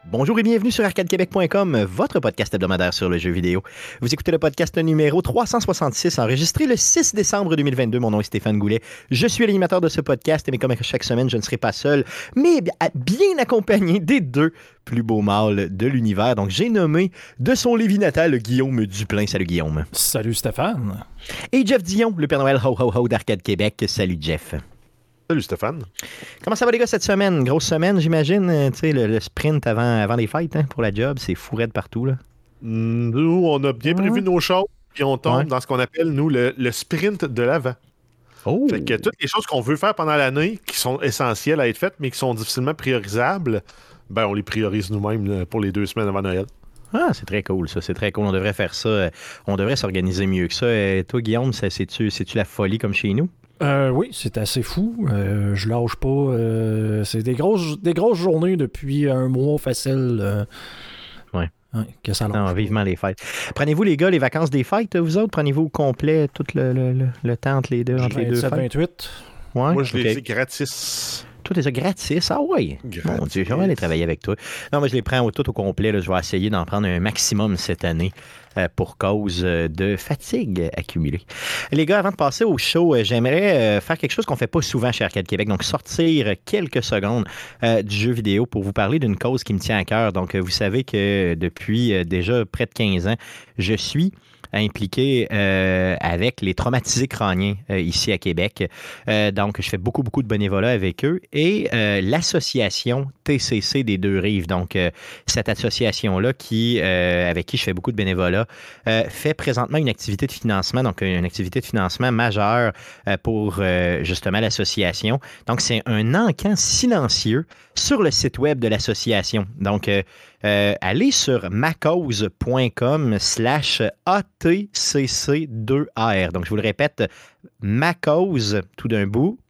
Bonjour et bienvenue sur arcadequebec.com, votre podcast hebdomadaire sur le jeu vidéo. Vous écoutez le podcast numéro 366, enregistré le 6 décembre 2022. Mon nom est Stéphane Goulet. Je suis l'animateur de ce podcast, mais comme chaque semaine, je ne serai pas seul, mais bien accompagné des deux plus beaux mâles de l'univers. Donc, j'ai nommé de son Lévis natal Guillaume Duplain. Salut Guillaume. Salut Stéphane. Et Jeff Dion, le Père Noël ho-ho-ho d'Arcade Québec. Salut Jeff. Salut Stéphane. Comment ça va les gars cette semaine? Grosse semaine, j'imagine. Tu sais, le sprint avant les fêtes pour la job, c'est fou raide partout. Là. Nous, on a bien prévu nos choses, puis on tombe dans ce qu'on appelle, nous, le sprint de l'avant. Oh. Fait que toutes les choses qu'on veut faire pendant l'année, qui sont essentielles à être faites, mais qui sont difficilement priorisables, ben on les priorise nous-mêmes pour les 2 semaines avant Noël. Ah, c'est très cool, ça. C'est très cool. On devrait faire ça. On devrait s'organiser mieux que ça. Et toi, Guillaume, c'est-tu la folie comme chez nous? Oui, c'est assez fou. Je lâche pas. C'est des grosses journées depuis un mois facile. Ouais, que ça lâche. Non, vivement les fêtes. Prenez-vous, les gars, les vacances des fêtes, vous autres? Prenez-vous au complet tout le temps entre les deux fêtes? 28. Ouais? Moi, je les ai gratis. Toi, t'es ça gratis? Ah ouais? Mon Dieu, j'aimerais aller travailler avec toi. Non, moi, je les prends tout au complet. Là. Je vais essayer d'en prendre un maximum cette année pour cause de fatigue accumulée. Les gars, avant de passer au show, j'aimerais faire quelque chose qu'on ne fait pas souvent chez Arcade Québec. Donc, sortir quelques secondes du jeu vidéo pour vous parler d'une cause qui me tient à cœur. Donc, vous savez que depuis déjà près de 15 ans, je suis impliqué avec les traumatisés crâniens ici à Québec. Donc, je fais beaucoup de bénévolat avec eux et l'association TCC des Deux-Rives, donc cette association-là avec qui je fais beaucoup de bénévolat, fait présentement une activité de financement, donc une activité de financement majeure pour justement l'association. Donc, c'est un encan silencieux sur le site web de l'association. Donc, allez sur macause.com/ATCC2R. Donc, je vous le répète, macause, tout d'un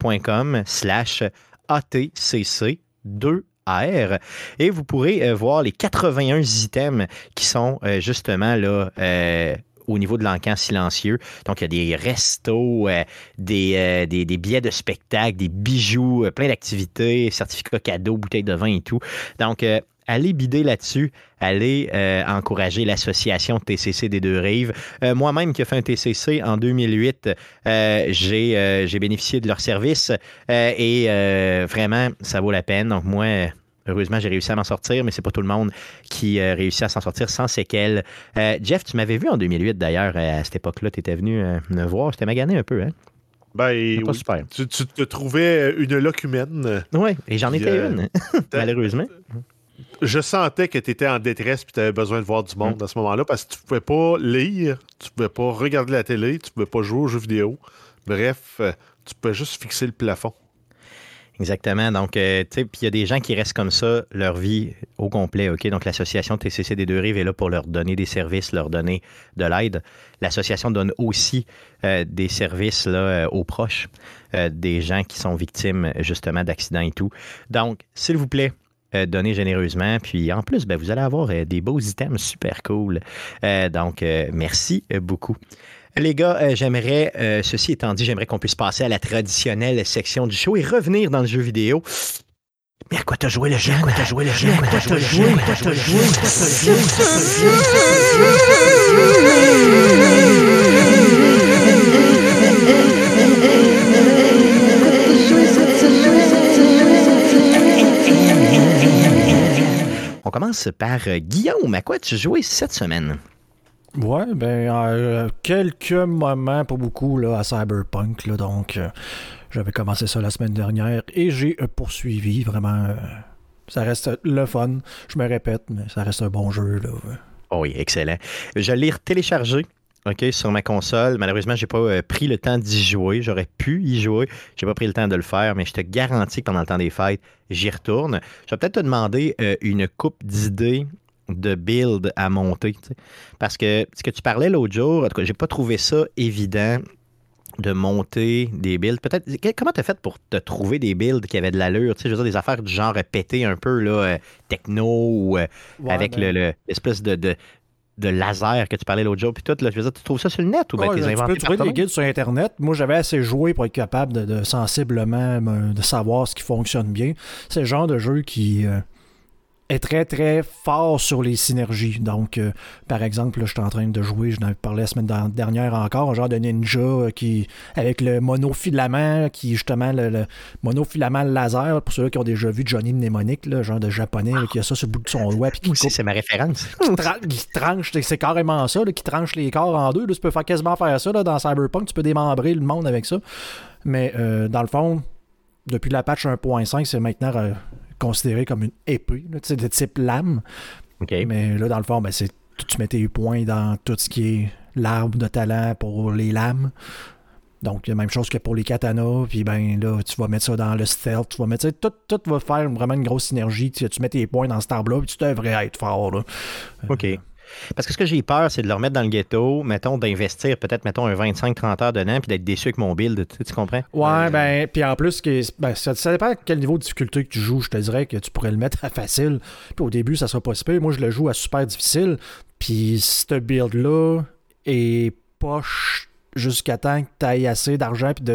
bout.com/ATCC2R. Et vous pourrez voir les 81 items qui sont justement là au niveau de l'encan silencieux. Donc, il y a des restos, des billets de spectacle, des bijoux, plein d'activités, certificats cadeaux, bouteilles de vin et tout. Donc, allez bider là-dessus, allez encourager l'association TCC des Deux-Rives. Moi-même qui ai fait un TCC en 2008, j'ai bénéficié de leur service et vraiment, ça vaut la peine. Donc moi, heureusement, j'ai réussi à m'en sortir, mais c'est pas tout le monde qui réussit à s'en sortir sans séquelles. Jeff, tu m'avais vu en 2008 d'ailleurs, à cette époque-là, tu étais venu me voir, je t'ai magané un peu, hein? Ben, oui, super. Tu te trouvais une loque humaine. Oui, et j'en étais une, malheureusement. Je sentais que tu étais en détresse et tu avais besoin de voir du monde à ce moment-là parce que tu pouvais pas lire, tu pouvais pas regarder la télé, tu pouvais pas jouer aux jeux vidéo. Bref, tu pouvais juste fixer le plafond. Exactement. Donc, tu sais, puis il y a des gens qui restent comme ça leur vie au complet, OK? Donc, l'association TCC des Deux-Rives est là pour leur donner des services, leur donner de l'aide. L'association donne aussi des services là, aux proches des gens qui sont victimes, justement, d'accidents et tout. Donc, s'il vous plaît, donnez généreusement. Puis, en plus, vous allez avoir des beaux items super cool. Donc, merci beaucoup. Les gars, ceci étant dit, j'aimerais qu'on puisse passer à la traditionnelle section du show et revenir dans le jeu vidéo. Mais à quoi t'as joué le jeu? À quoi t'as joué le jeu? À quoi t'as joué? À quoi t'as joué? On commence par Guillaume. À quoi tu joué cette semaine? Ouais, quelques moments, pas beaucoup, là, à Cyberpunk, là, donc j'avais commencé ça la semaine dernière et j'ai poursuivi, vraiment, ça reste le fun, je me répète, mais ça reste un bon jeu, là. Oh oui, excellent. Je l'ai téléchargé, OK, sur ma console. Malheureusement, j'ai pas pris le temps d'y jouer. J'aurais pu y jouer. J'ai pas pris le temps de le faire, mais je te garantis que pendant le temps des fêtes, j'y retourne. Je vais peut-être te demander une coupe d'idées de build à monter. T'sais. Parce que ce que tu parlais l'autre jour, en tout cas, j'ai pas trouvé ça évident de monter des builds. Peut-être, comment tu as fait pour te trouver des builds qui avaient de l'allure? Je veux dire, des affaires du genre pété un peu là, techno ou avec l'espèce de laser que tu parlais l'autre jour. Puis tout, là, je veux dire, tu trouves ça sur le net ou bien tu peux trouver des guides sur Internet. Moi, j'avais assez joué pour être capable de sensiblement de savoir ce qui fonctionne bien. C'est le genre de jeu qui est très, très fort sur les synergies. Donc, par exemple, là, je suis en train de jouer, je n'en ai parlé la semaine dernière encore, un genre de ninja qui avec le monofilament, qui justement, le monofilament laser, pour ceux qui ont déjà vu Johnny Mnemonic, là, genre de japonais, là, qui a ça sur le bout de son doigt. Puis c'est ma référence. Qui tranche, c'est carrément ça, là, qui tranche les corps en deux. Là, tu peux quasiment faire ça là, dans Cyberpunk, tu peux démembrer le monde avec ça. Mais dans le fond, depuis la patch 1.5, c'est maintenant considéré comme une épée, là, de type lame. Okay. Mais là, dans le fond, c'est tu mets tes points dans tout ce qui est l'arbre de talent pour les lames. Donc, la même chose que pour les katanas. Puis, ben là, tu vas mettre ça dans le stealth. Tu vas mettre ça. Tout va faire vraiment une grosse synergie. Tu mets tes points dans cet arbre-là, puis tu devrais être fort, là. OK. Parce que ce que j'ai peur, c'est de le remettre dans le ghetto, mettons, d'investir peut-être, mettons, un 25-30 heures dedans, puis d'être déçu avec mon build. Tu comprends? Ouais, ben, puis en plus, ça dépend à quel niveau de difficulté que tu joues. Je te dirais que tu pourrais le mettre à facile. Puis au début, ça sera pas si pire. Moi, je le joue à super difficile. Puis ce build-là est poche jusqu'à temps que tu aies assez d'argent puis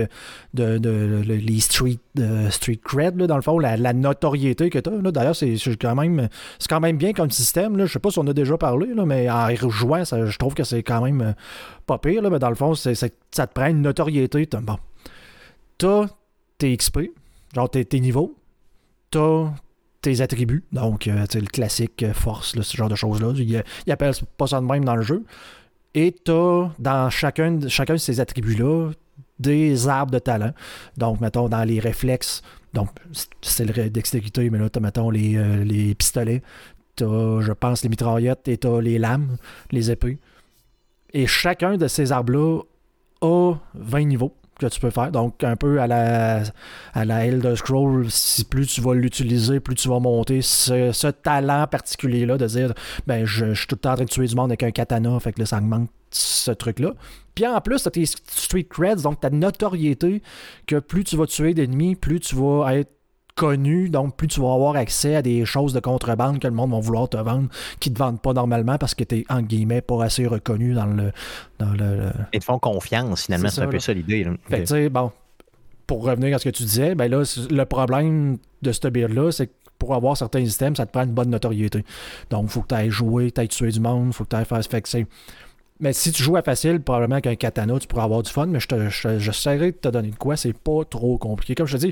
les street cred, là, dans le fond, la notoriété que tu as. D'ailleurs, c'est quand même bien comme système. Là. Je sais pas si on a déjà parlé, là, mais en jouant, je trouve que c'est quand même pas pire. Là, mais dans le fond, ça te prend une notoriété. T'as tes XP, genre tes niveaux. T'as tes attributs. Donc, le classique force, là, ce genre de choses-là. Ils appellent pas ça de même dans le jeu. Et tu as dans chacun de ces attributs-là des arbres de talent. Donc, mettons, dans les réflexes, donc c'est le dextérité, mais là, tu as, mettons, les pistolets, tu as, je pense, les mitraillettes et tu as les lames, les épées. Et chacun de ces arbres-là a 20 niveaux que tu peux faire. Donc, un peu à la Elder Scrolls, si plus tu vas l'utiliser, plus tu vas monter ce talent particulier-là de dire, ben, je suis tout le temps en train de tuer du monde avec un katana, fait que là, ça augmente ce truc-là. Puis en plus, tu as tes street creds, donc ta notoriété, que plus tu vas tuer d'ennemis, plus tu vas être connu, donc plus tu vas avoir accès à des choses de contrebande que le monde va vouloir te vendre, qui te vendent pas normalement parce que tu es, en guillemets, pas assez reconnu dans le... Ils te font confiance, finalement, c'est un peu ça l'idée. Là. Fait que, tu sais, bon, pour revenir à ce que tu disais, ben là, le problème de ce build-là, c'est que pour avoir certains systèmes, ça te prend une bonne notoriété. Donc, il faut que tu ailles jouer, tu ailles tuer du monde, il faut que tu ailles faire... Fait que c'est... Mais si tu joues à facile, probablement qu'un katana, tu pourras avoir du fun, mais j'essaierai de te donner de quoi, c'est pas trop compliqué. Comme je te dis,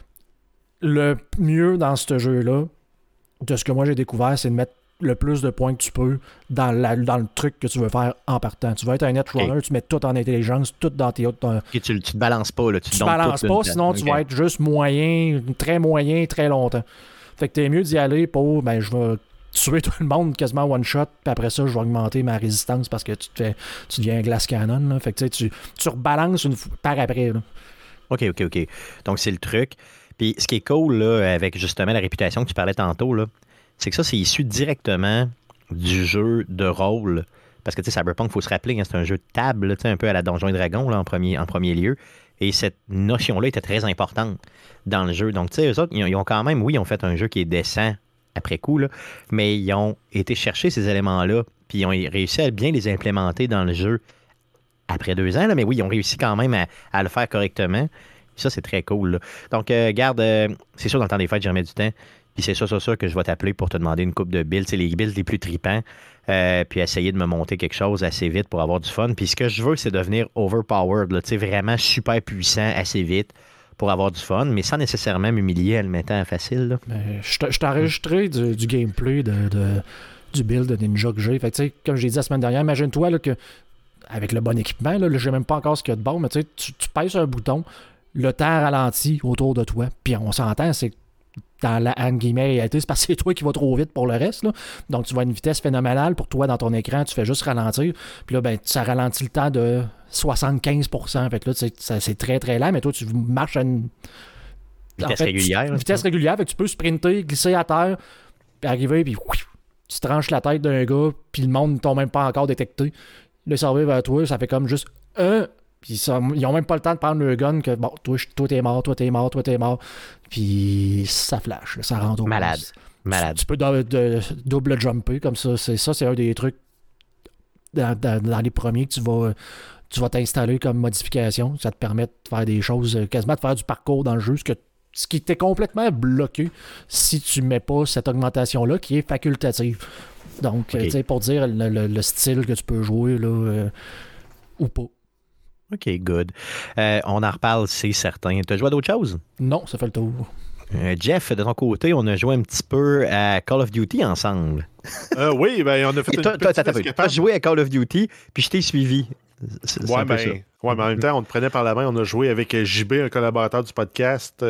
le mieux dans ce jeu-là, de ce que moi j'ai découvert, c'est de mettre le plus de points que tu peux dans le truc que tu veux faire en partant. Tu veux être un netrunner, tu mets tout en intelligence, tout dans tes autres... Tu te balances pas, là. Tu te balances pas, sinon tu vas être juste moyen, très longtemps. Fait que t'es mieux d'y aller pour, ben, je vais tuer tout le monde quasiment one shot, puis après ça, je vais augmenter ma résistance parce que tu deviens un glass cannon, là. Fait que tu rebalances par après, là. OK. Donc, c'est le truc. Puis, ce qui est cool, là, avec justement la réputation que tu parlais tantôt, là, c'est que ça, c'est issu directement du jeu de rôle. Parce que, tu sais, Cyberpunk, il faut se rappeler, hein, c'est un jeu de table, là, un peu à la Donjons et Dragons, là, en premier lieu. Et cette notion-là était très importante dans le jeu. Donc, tu sais, eux autres, ils ont quand même, oui, ils ont fait un jeu qui est décent après coup, là, mais ils ont été chercher ces éléments-là, puis ils ont réussi à bien les implémenter dans le jeu après 2 ans. Là, mais oui, ils ont réussi quand même à le faire correctement. Ça, c'est très cool. Là. Donc, garde, c'est sûr, dans le temps des fêtes, j'ai remis du temps. Puis c'est ça que je vais t'appeler pour te demander une coupe de builds. C'est les builds les plus tripants. Puis essayer de me monter quelque chose assez vite pour avoir du fun. Puis ce que je veux, c'est devenir overpowered. Là, vraiment super puissant assez vite pour avoir du fun, mais sans nécessairement m'humilier en le mettant facile. Là. Je t'ai enregistré du gameplay du build de Ninja que j'ai. Fait que, comme j'ai dit la semaine dernière, imagine-toi là, que avec le bon équipement, là, je sais même pas encore ce qu'il y a de bon, mais tu pèses un bouton, le temps ralentit autour de toi. Puis on s'entend, c'est dans la réalité, c'est parce que c'est toi qui vas trop vite pour le reste. Là. Donc tu vas à une vitesse phénoménale pour toi dans ton écran, tu fais juste ralentir. Puis là, ben, ça ralentit le temps de 75%. Fait que là, c'est très très lent, mais toi, tu marches à une vitesse régulière. Vitesse régulière, fait que tu peux sprinter, glisser à terre, puis arriver, puis tu tranches la tête d'un gars, puis le monde ne t'a même pas encore détecté. Le serveur vers toi, ça fait comme juste puis ils ont même pas le temps de prendre le gun que bon, toi t'es mort. Puis ça flash, ça rend au malade. Tu peux double jumper comme ça. C'est un des trucs dans les premiers que tu vas t'installer comme modification. Ça te permet de faire des choses, quasiment de faire du parcours dans le jeu, ce que ce qui était complètement bloqué si tu mets pas cette augmentation-là qui est facultative. Donc, tu sais, pour dire le style que tu peux jouer, là, ou pas. OK, good. On en reparle, c'est certain. Tu as joué à d'autres choses? Non, ça fait le tour. Jeff, de ton côté, on a joué un petit peu à Call of Duty ensemble. Oui, ben on a fait Tu as joué à Call of Duty, puis je t'ai suivi. Ouais, mais en même temps, on te prenait par la main. On a joué avec JB, un collaborateur du podcast,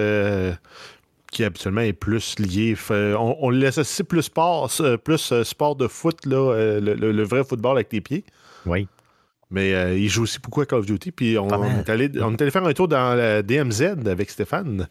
qui habituellement est plus lié. On l'associe plus sport de foot, là, le vrai football avec tes pieds. Oui. Mais il joue aussi beaucoup à Call of Duty. Puis on est allé faire un tour dans la DMZ avec Stéphane.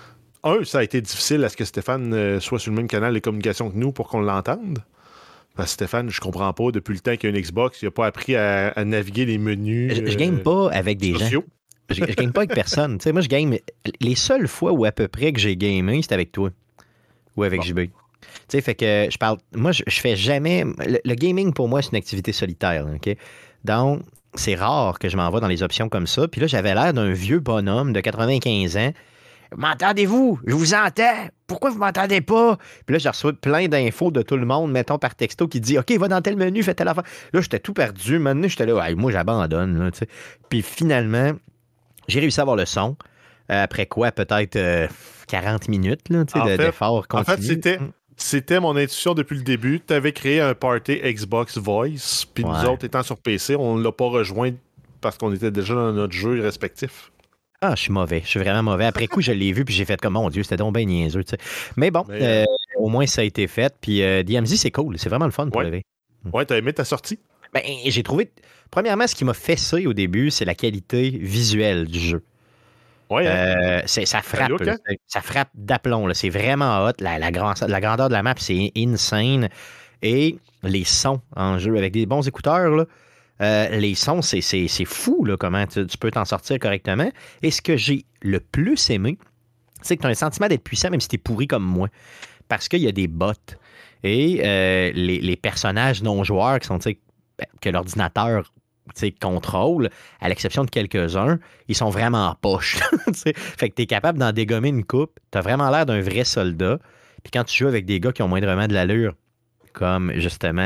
Ça a été difficile à ce que Stéphane soit sur le même canal de communication que nous pour qu'on l'entende. Parce que Stéphane, je comprends pas, depuis le temps qu'il y a une Xbox, il n'a pas appris à naviguer les menus. Je game pas avec des gens. Je game pas avec personne. Tu sais, moi, je game. Les seules fois où à peu près que j'ai gamé, c'était avec toi. Ou avec JB. Tu sais, fait que je parle. Moi, je fais jamais. Le gaming, pour moi, c'est une activité solitaire. OK? Donc, c'est rare que je m'envoie dans les options comme ça. Puis là, j'avais l'air d'un vieux bonhomme de 95 ans. M'entendez-vous? Je vous entends. Pourquoi vous m'entendez pas? Puis là, j'ai reçu plein d'infos de tout le monde, mettons par texto, qui dit OK, va dans tel menu, fais telle affaire. Là, j'étais tout perdu. Maintenant, j'étais là, moi, j'abandonne. Là, puis finalement, j'ai réussi à avoir le son. Après quoi, peut-être 40 minutes d'effort continu. En fait, c'était mon intuition depuis le début. Tu avais créé un party Xbox Voice, puis nous autres, étant sur PC, on ne l'a pas rejoint parce qu'on était déjà dans notre jeu respectif. Ah, je suis mauvais. Je suis vraiment mauvais. Après coup, je l'ai vu, puis j'ai fait comme, mon Dieu, c'était donc bien niaiseux. T'sais. Mais bon, au moins, ça a été fait. Puis DMZ, c'est cool. C'est vraiment le fun pour lever. Ouais, t'as aimé ta sortie? Ben, j'ai trouvé... Premièrement, ce qui m'a fessé au début, c'est la qualité visuelle du jeu. Ouais, ça frappe. Look, hein? Ça frappe d'aplomb. Là. C'est vraiment hot. La grandeur de la map, c'est insane. Et les sons en jeu, avec des bons écouteurs, là, les sons, c'est fou là, comment tu peux t'en sortir correctement. Et ce que j'ai le plus aimé, c'est que tu as un sentiment d'être puissant même si tu es pourri comme moi. Parce qu'il y a des bots. Et les personnages non-joueurs qui sont, que l'ordinateur contrôle, à l'exception de quelques-uns, ils sont vraiment en poche. Fait que tu es capable d'en dégommer une coupe. Tu as vraiment l'air d'un vrai soldat. Puis quand tu joues avec des gars qui ont moindrement de l'allure, comme justement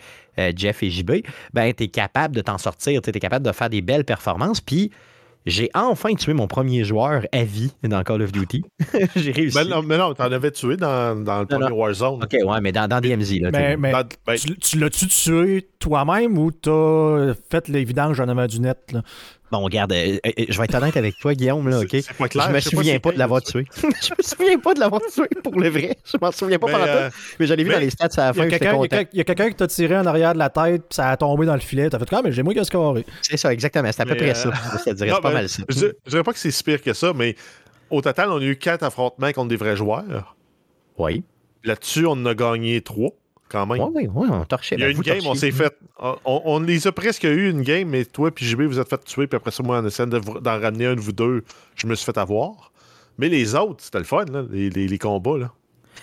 Jeff et JB, ben tu es capable de t'en sortir, tu es capable de faire des belles performances. Puis j'ai enfin tué mon premier joueur à vie dans Call of Duty. J'ai réussi. Mais non, t'en avais tué dans le premier Warzone. OK, ouais, mais dans DMZ. Là, mais tu l'as-tu tué toi-même ou t'as fait les vidanges en avant du net? Là? Bon, regarde, je vais être honnête avec toi, Guillaume, là, OK? C'est pas clair, je me souviens pas de l'avoir tué. Je me souviens pas de l'avoir tué, pour le vrai. Je m'en souviens pas pendant tout. Mais j'allais vu dans les stats à la fin, j'étais content. Il y a quelqu'un qui t'a tiré en arrière de la tête, puis ça a tombé dans le filet. T'as fait mais j'ai moins qu'à scorer. C'est ça, exactement. C'est à peu près ça. C'est pas mal ça. Je dirais pas que c'est si pire que ça, mais au total, on a eu 4 affrontements contre des vrais joueurs. Oui. Là-dessus, on en a gagné 3. Quand même. Oui, on torchait. Il y a une game, on s'est fait. On les a presque eu une game, mais toi puis JB, vous êtes fait tuer, puis après ça, moi, en essayant d'en ramener un de vous deux, je me suis fait avoir. Mais les autres, c'était le fun, là, les combats. Là.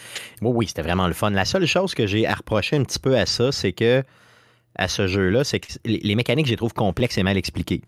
Oui, c'était vraiment le fun. La seule chose que j'ai à reprocher un petit peu à ça, c'est que à ce jeu-là, c'est que les mécaniques, je les trouve complexes et mal expliquées.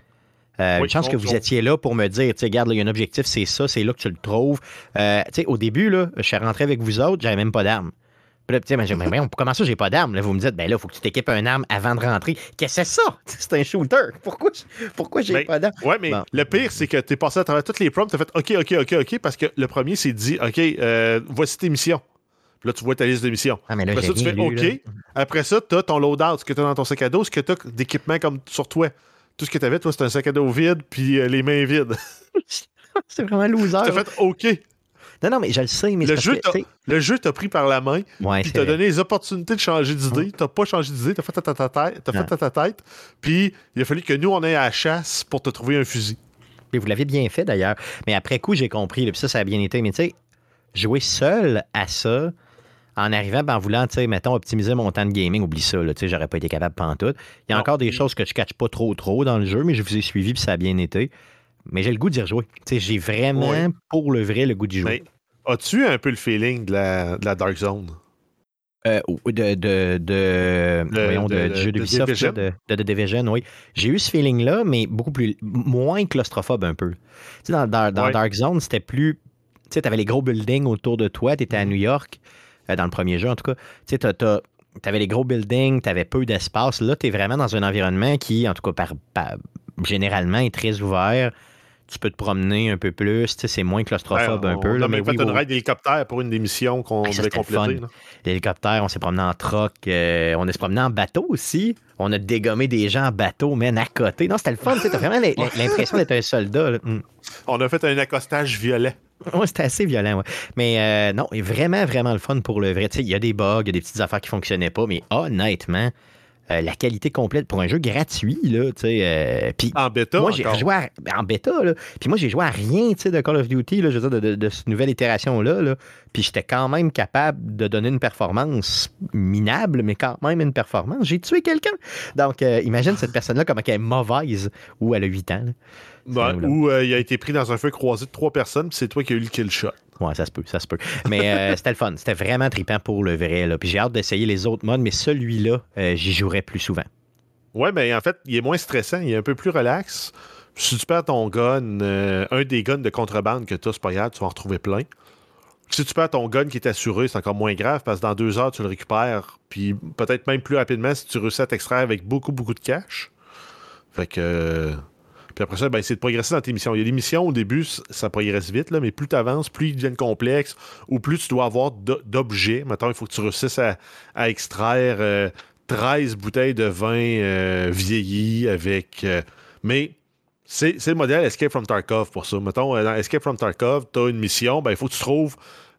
Une chance que vous étiez là pour me dire, regarde, il y a un objectif, c'est ça, c'est là que tu le trouves. Au début, là, je suis rentré avec vous autres, j'avais même pas d'armes. Puis là, comment ça, j'ai pas d'arme? Là, vous me dites, ben là, il faut que tu t'équipes un arme avant de rentrer. Qu'est-ce que c'est ça? C'est un shooter. Pourquoi j'ai pas d'arme? Ouais, mais le pire, c'est que t'es passé à travers toutes les prompts, t'as fait OK, parce que le premier s'est dit, OK, voici tes missions. Puis là, tu vois ta liste de missions. Ah, mais là, après ça, tu fais OK. Là. Après ça, t'as ton loadout, ce que t'as dans ton sac à dos, ce que t'as d'équipement comme sur toi. Tout ce que t'avais, toi, c'était un sac à dos vide, puis les mains vides. C'est vraiment loser. T'as fait OK. Non, mais je le sais, mais le jeu t'a pris par la main, puis t'a donné les opportunités de changer d'idée. T'as pas changé d'idée, t'as fait ta tête, puis il a fallu que nous, on aille à la chasse pour te trouver un fusil. Et vous l'avez bien fait, d'ailleurs. Mais après coup, j'ai compris, puis ça a bien été. Mais tu sais, jouer seul à ça, en arrivant, en voulant, tu sais, mettons, optimiser mon temps de gaming, oublie ça, tu sais, j'aurais pas été capable pantoute. Il y a encore des choses que je catch pas trop dans le jeu, mais je vous ai suivi, puis ça a bien été. Mais j'ai le goût d'y rejouer. Tu sais, j'ai vraiment, pour le vrai, le goût d'y jouer. As-tu un peu le feeling de la Dark Zone? Du jeu d'Ubisoft, de The Division, oui. J'ai eu ce feeling-là, mais moins claustrophobe un peu. Tu sais, dans Dark Zone, c'était plus... sais, t'avais les gros buildings autour de toi, t'étais à New York, dans le premier jeu en tout cas. Tu sais, t'avais les gros buildings, t'avais peu d'espace. Là, t'es vraiment dans un environnement qui, en tout cas, généralement, est très ouvert. Tu peux te promener un peu plus, tu sais, c'est moins claustrophobe un peu. On Là, a mais même fait oui, une ride d'hélicoptère pour une des missions qu'on ça, devait c'était le fun. compléter. Là. L'hélicoptère, on s'est promené en troc, on s'est promené en bateau aussi. On a dégommé des gens en bateau, man, à côté. Non, c'était le fun, tu sais, t'as vraiment l'impression d'être un soldat. Là. On a fait un accostage violet. Oui, c'était assez violent, ouais. Mais non, vraiment, vraiment le fun pour le vrai. Tu sais, il y a des bugs, il y a des petites affaires qui fonctionnaient pas, mais honnêtement, la qualité complète pour un jeu gratuit, là, tu sais. Puis En bêta, moi, j'ai encore. joué en bêta, là. Puis moi, j'ai joué à rien, tu sais, de Call of Duty, là, je veux dire, de cette nouvelle itération-là, là. Puis j'étais quand même capable de donner une performance minable, mais quand même une performance. J'ai tué quelqu'un. Donc, imagine cette personne-là comme elle est mauvaise ou elle a 8 ans. Là. Ou il a été pris dans un feu croisé de 3 personnes, puis c'est toi qui as eu le kill shot. Ouais, ça se peut, ça se peut. Mais c'était le fun. C'était vraiment trippant pour le vrai. Là. Puis j'ai hâte d'essayer les autres modes, mais celui-là, j'y jouerai plus souvent. Ouais, mais en fait, il est moins stressant, il est un peu plus relax. Si tu perds ton gun, un des guns de contrebande que tu as, c'est pas grave, tu vas en retrouver plein. Si tu perds ton gun qui est assuré, c'est encore moins grave parce que dans 2 heures, tu le récupères. Puis peut-être même plus rapidement si tu réussis à t'extraire avec beaucoup, beaucoup de cash. Fait que. Puis après ça, ben, c'est de progresser dans tes missions. Il y a des missions, au début, ça progresse vite, là, mais plus tu avances, plus ils deviennent complexes ou plus tu dois avoir d'objets. Maintenant, il faut que tu réussisses à extraire 13 bouteilles de vin vieilli avec. Mais c'est le modèle Escape from Tarkov pour ça. Mettons, dans Escape from Tarkov, tu as une mission, ben, il faut que tu trouves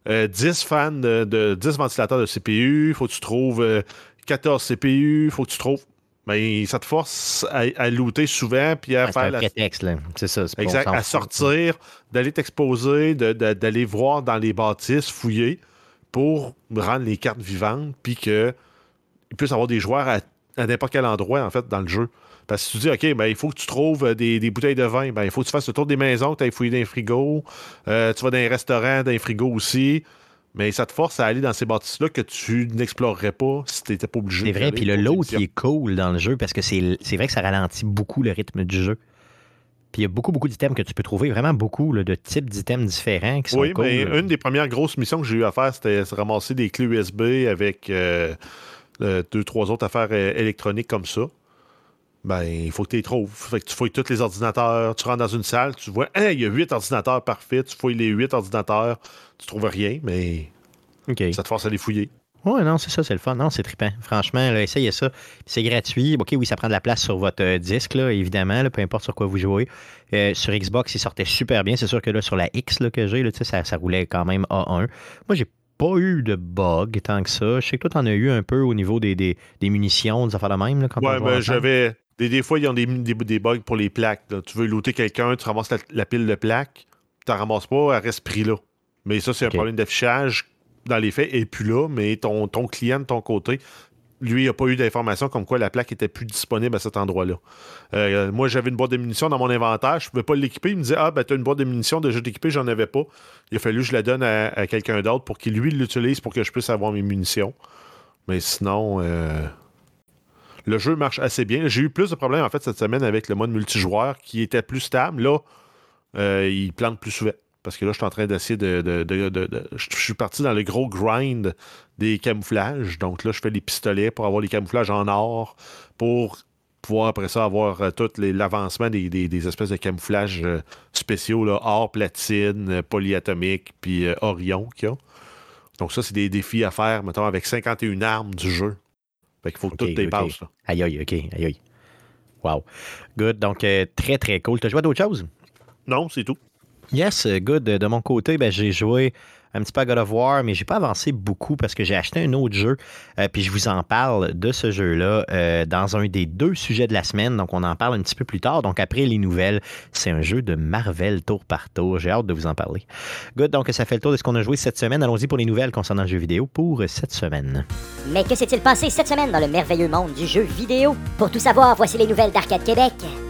10 fans 10 ventilateurs de CPU, il faut que tu trouves 14 CPU, il faut que tu trouves. Ben, ça te force à looter souvent puis à faire c'est un prétexte, là. C'est ça. C'est exact, à sortir, d'aller t'exposer, d'aller voir dans les bâtisses, fouiller pour rendre les cartes vivantes puis qu'il puisse avoir des joueurs à n'importe quel endroit, en fait, dans le jeu. Parce que si tu dis, OK, ben, il faut que tu trouves des bouteilles de vin, ben, il faut que tu fasses le tour des maisons, que tu ailles fouiller dans les frigos, tu vas dans les restaurants, dans les frigos aussi. Mais ça te force à aller dans ces bâtisses-là que tu n'explorerais pas si tu n'étais pas obligé. C'est vrai, puis le load qui est cool dans le jeu parce que c'est vrai que ça ralentit beaucoup le rythme du jeu. Puis il y a beaucoup, beaucoup d'items que tu peux trouver, vraiment beaucoup là, de types d'items différents qui sont cool. Oui, mais une des premières grosses missions que j'ai eu à faire, c'était ramasser des clés USB avec 2-3 autres affaires électroniques comme ça. Ben, il faut que tu les trouves. Fait que tu fouilles tous les ordinateurs, tu rentres dans une salle, tu vois, il y a 8 ordinateurs parfaits, tu fouilles les 8 ordinateurs, tu trouves rien, mais ça te force à les fouiller. Oui, non, c'est ça, c'est le fun. Non, c'est trippant. Franchement, là, essayez ça. Puis c'est gratuit. OK, oui, ça prend de la place sur votre disque, là, évidemment, là, peu importe sur quoi vous jouez. Sur Xbox, il sortait super bien. C'est sûr que là, sur la X là, que j'ai, là, ça roulait quand même A1. Moi, j'ai pas eu de bug tant que ça. Je sais que toi, t'en as eu un peu au niveau des munitions, des affaires de même. Là, quand ouais, mais j'avais... Des fois, ils ont des bugs pour les plaques. Là. Tu veux looter quelqu'un, tu ramasses la pile de plaques, tu n'en ramasses pas, elle reste pris là. Mais ça, c'est un problème d'affichage dans les faits, et plus là, mais ton client de ton côté, lui, il n'a pas eu d'information comme quoi la plaque était plus disponible à cet endroit-là. Moi, j'avais une boîte de munitions dans mon inventaire, je ne pouvais pas l'équiper. Il me disait, tu as une boîte de munitions déjà équipée, j'en avais pas. Il a fallu que je la donne à quelqu'un d'autre pour qu'il, lui, l'utilise pour que je puisse avoir mes munitions. Mais sinon... Le jeu marche assez bien. J'ai eu plus de problèmes, en fait, cette semaine avec le mode multijoueur qui était plus stable. Là, il plante plus souvent. Parce que là, je suis en train d'essayer je suis parti dans le gros grind des camouflages. Donc là, je fais les pistolets pour avoir les camouflages en or pour pouvoir, après ça, avoir tout l'avancement des espèces de camouflages spéciaux, là, or, platine, polyatomique, puis Orion qu'il y a. Donc ça, c'est des défis à faire, mettons, avec 51 armes du jeu. Fait qu'il faut que toutes tes passes. Là. Aïe, OK. Aïe. Wow. Good. Donc, très, très cool. Tu as joué à d'autres choses? Non, c'est tout. Yes, good. De mon côté, j'ai joué un petit peu à God of War, mais j'ai pas avancé beaucoup parce que j'ai acheté un autre jeu. Puis je vous en parle de ce jeu-là dans un des 2 sujets de la semaine. Donc, on en parle un petit peu plus tard. Donc, après les nouvelles, c'est un jeu de Marvel tour par tour. J'ai hâte de vous en parler. Good. Donc, ça fait le tour de ce qu'on a joué cette semaine. Allons-y pour les nouvelles concernant le jeu vidéo pour cette semaine. Mais que s'est-il passé cette semaine dans le merveilleux monde du jeu vidéo? Pour tout savoir, voici les nouvelles d'Arcade Québec.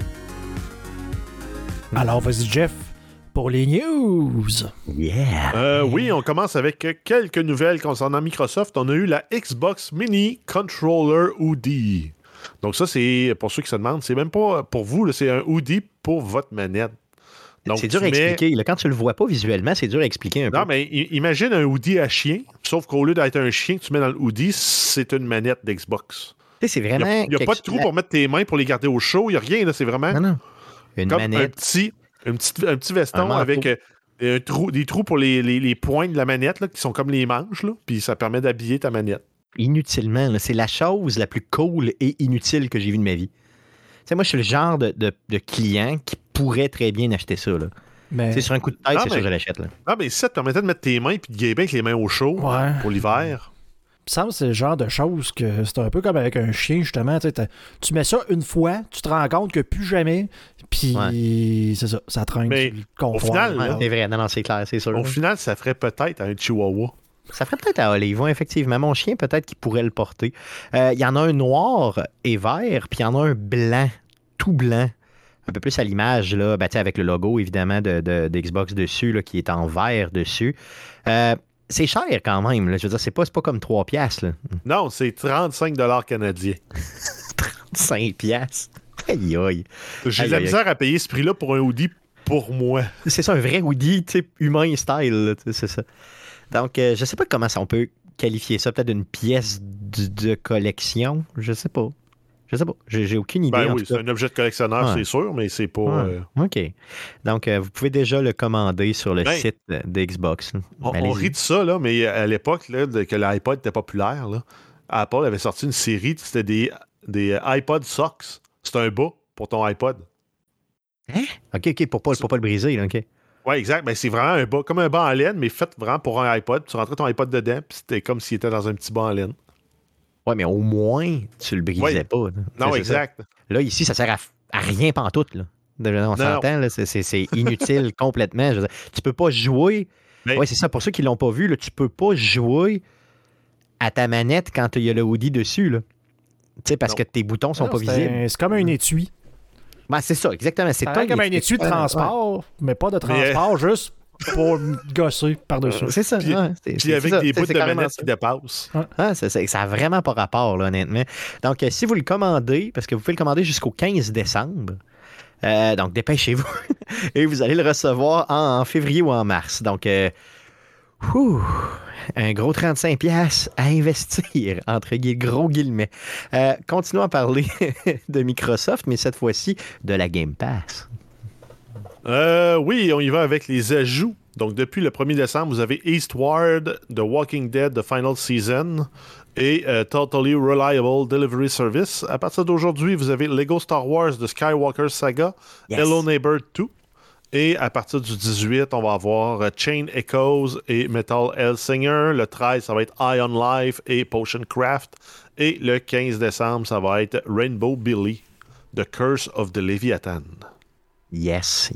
Alors, vas-y, Jeff. Pour les news. Yeah. Oui, on commence avec quelques nouvelles concernant Microsoft. On a eu la Xbox Mini Controller Hoodie. Donc ça, c'est pour ceux qui se demandent, c'est même pas pour vous, là, c'est un hoodie pour votre manette. Donc, c'est dur à expliquer. Là, quand tu le vois pas visuellement, c'est dur à expliquer un peu. Non, mais imagine un hoodie à chien, sauf qu'au lieu d'être un chien que tu mets dans le hoodie, c'est une manette d'Xbox. C'est vraiment. Il n'y a pas de trou pour mettre tes mains pour les garder au chaud. Il n'y a rien. Là, c'est vraiment Non. Une comme manette. un petit veston avec des trous pour les points de la manette là, qui sont comme les manches. Là, puis ça permet d'habiller ta manette. Inutilement. Là, c'est la chose la plus cool et inutile que j'ai vue de ma vie. Tu sais, moi, je suis le genre de client qui pourrait très bien acheter ça. Là. Mais... C'est sur un coup de tête, c'est sûr que je l'achète. Là. Non, mais ça te permettait de mettre tes mains et de gaber avec les mains au chaud pour l'hiver. Il me semble que c'est le genre de choses que c'est un peu comme avec un chien, justement. Tu mets ça une fois, tu te rends compte que plus jamais, puis c'est ça traîne. Mais au final, là, c'est vrai, non, c'est clair, c'est sûr. Au final, ça ferait peut-être un chihuahua. Ça ferait peut-être à Olive, effectivement. Mon chien, peut-être qu'il pourrait le porter. Il y en a un noir et vert, puis il y en a un blanc, tout blanc. Un peu plus à l'image, là, avec le logo, évidemment, de Xbox dessus, là, qui est en vert dessus. C'est cher quand même. Là. Je veux dire, c'est pas comme 3 piastres. Là. Non, c'est 35 canadiens. 35 piastres? Aïe, aïe. J'ai de la misère à payer ce prix-là pour un hoodie pour moi. C'est ça, un vrai hoodie humain style. Là, c'est ça. Donc, je sais pas comment on peut qualifier ça. Peut-être une pièce de collection. Je sais pas. J'ai aucune idée. Ben oui, c'est un objet de collectionneur, c'est sûr, mais c'est pas... OK. Donc, vous pouvez déjà le commander sur le site de Xbox. On rit de ça, là, mais à l'époque, là, que l'iPod était populaire, là, Apple avait sorti une série, c'était des iPod Socks. C'est un bas pour ton iPod. Hein? OK, pour pas le briser, là, OK. Oui, exact. Ben, c'est vraiment un bas, comme un bas en laine, mais fait vraiment pour un iPod. Tu rentrais ton iPod dedans, puis c'était comme s'il était dans un petit bas en laine. Oui, mais au moins, tu le brisais pas. Là. Non, exact. Ça. Là, ici, ça sert à rien pantoute. Là. On s'entend, là, c'est inutile complètement. Je veux dire, tu peux pas jouer. Oui, c'est ça. Pour ceux qui l'ont pas vu, là, tu peux pas jouer à ta manette quand il y a le hoodie dessus. Là. Parce que tes boutons sont pas visibles. C'est comme un étui. Ben, c'est ça, exactement. C'est comme un étui de transport, mais pas de transport, juste pour gosser par-dessus. C'est ça. Puis avec des bouts de manette qui dépassent. Ça n'a vraiment pas rapport, là, honnêtement. Donc, si vous le commandez, parce que vous pouvez le commander jusqu'au 15 décembre, donc dépêchez-vous, et vous allez le recevoir en février ou en mars. Donc, un gros 35$ à investir, entre gros guillemets. Continuons à parler de Microsoft, mais cette fois-ci de la Game Pass. Oui, on y va avec les ajouts. Donc, depuis le 1er décembre, vous avez Eastward, The Walking Dead, The Final Season et Totally Reliable Delivery Service. À partir d'aujourd'hui, vous avez Lego Star Wars, The Skywalker Saga, Hello Neighbor 2. Et à partir du 18, on va avoir Chain Echoes et Metal Hellsinger. Le 13, ça va être Ion Life et Potion Craft. Et le 15 décembre, ça va être Rainbow Billy, The Curse of the Leviathan. Yes.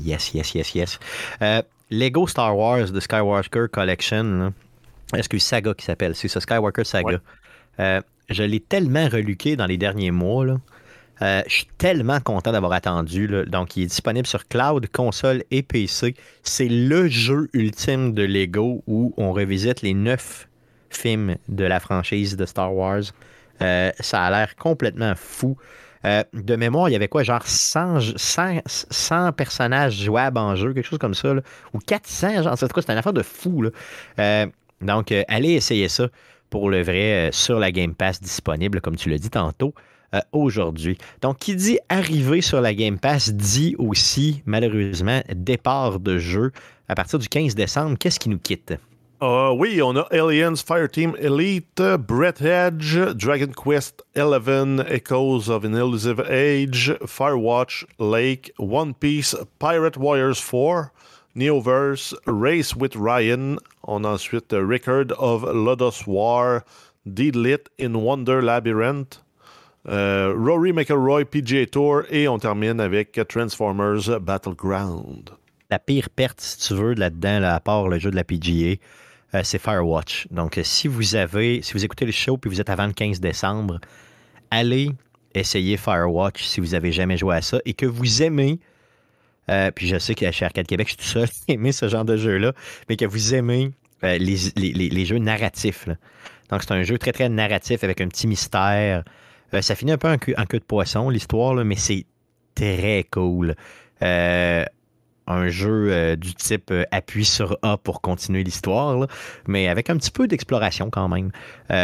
Lego Star Wars, The Skywalker Collection, Saga qui s'appelle, c'est ça, Skywalker Saga. Ouais. Je l'ai tellement reluqué dans les derniers mois, là. Je suis tellement content d'avoir attendu. Là. Donc, il est disponible sur cloud, console et PC. C'est le jeu ultime de Lego où on revisite les 9 films de la franchise de Star Wars. Ça a l'air complètement fou. De mémoire, il y avait quoi? Genre 100 personnages jouables en jeu, quelque chose comme ça. Là. Ou 400, genre, c'est une affaire de fou. Là. Donc, allez essayer ça pour le vrai sur la Game Pass disponible, comme tu l'as dit tantôt. Aujourd'hui. Donc, qui dit arriver sur la Game Pass dit aussi, malheureusement, départ de jeu à partir du 15 décembre. Qu'est-ce qui nous quitte? Oui, on a Aliens Fireteam Elite, Breath Edge, Dragon Quest XI, Echoes of an Elusive Age, Firewatch, Lake, One Piece, Pirate Warriors 4, Neoverse, Race with Ryan. On a ensuite Record of Lodos War, Deedlit in Wonder Labyrinth, Rory McIlroy PGA Tour et on termine avec Transformers Battleground. La pire perte, si tu veux, là-dedans, là, à part le jeu de la PGA, c'est Firewatch. Donc, si vous écoutez le show puis vous êtes avant le 15 décembre, allez essayer Firewatch si vous n'avez jamais joué à ça et que vous aimez, puis je sais que chez Arcade Québec, je suis tout seul à aimer ce genre de jeu-là, mais que vous aimez les jeux narratifs. Là. Donc, c'est un jeu très, très narratif avec un petit mystère. Ça finit un peu en queue de poisson, l'histoire, là, mais c'est très cool. un jeu du type appuie sur A pour continuer l'histoire, là, mais avec un petit peu d'exploration quand même.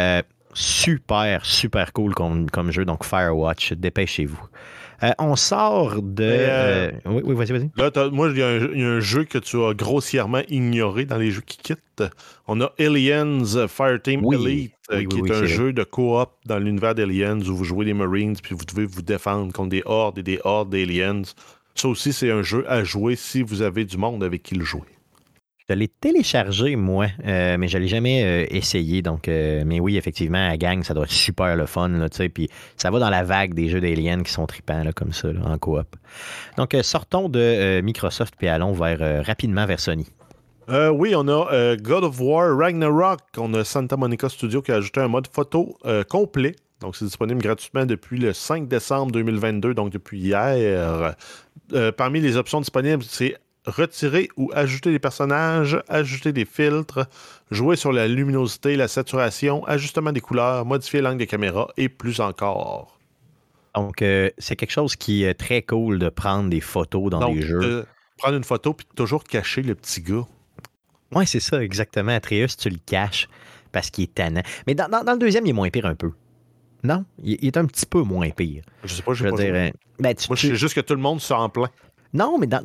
Super, super cool comme jeu, donc Firewatch, dépêchez-vous. On sort de... oui, vas-y. Là, moi, il y a un jeu que tu as grossièrement ignoré dans les jeux qui quittent. On a Aliens Fireteam Elite, qui est un jeu de coop dans l'univers d'Aliens où vous jouez les Marines puis vous devez vous défendre contre des hordes et des hordes d'Aliens. Ça aussi, c'est un jeu à jouer si vous avez du monde avec qui le jouer. Je l'ai téléchargé, moi, mais je ne l'ai jamais essayé. Donc, mais oui, effectivement, à gang, ça doit être super le fun. Là, puis ça va dans la vague des jeux d'aliens qui sont tripants là, comme ça, là, en coop. Donc, sortons de Microsoft puis allons rapidement vers Sony. Oui, on a God of War Ragnarok. On a Santa Monica Studio qui a ajouté un mode photo complet. Donc, c'est disponible gratuitement depuis le 5 décembre 2022, donc depuis hier. Parmi les options disponibles, c'est retirer ou ajouter des personnages, ajouter des filtres, jouer sur la luminosité, la saturation, ajustement des couleurs, modifier l'angle des caméras et plus encore. Donc, c'est quelque chose qui est très cool de prendre des photos dans des jeux. Prendre une photo puis toujours cacher le petit gars. Oui, c'est ça, exactement. Atreus, tu le caches parce qu'il est tannant. Mais dans le deuxième, il est moins pire un peu. Non? Il est un petit peu moins pire. Je sais pas, je sais juste que tout le monde s'en plaint. Non, mais dans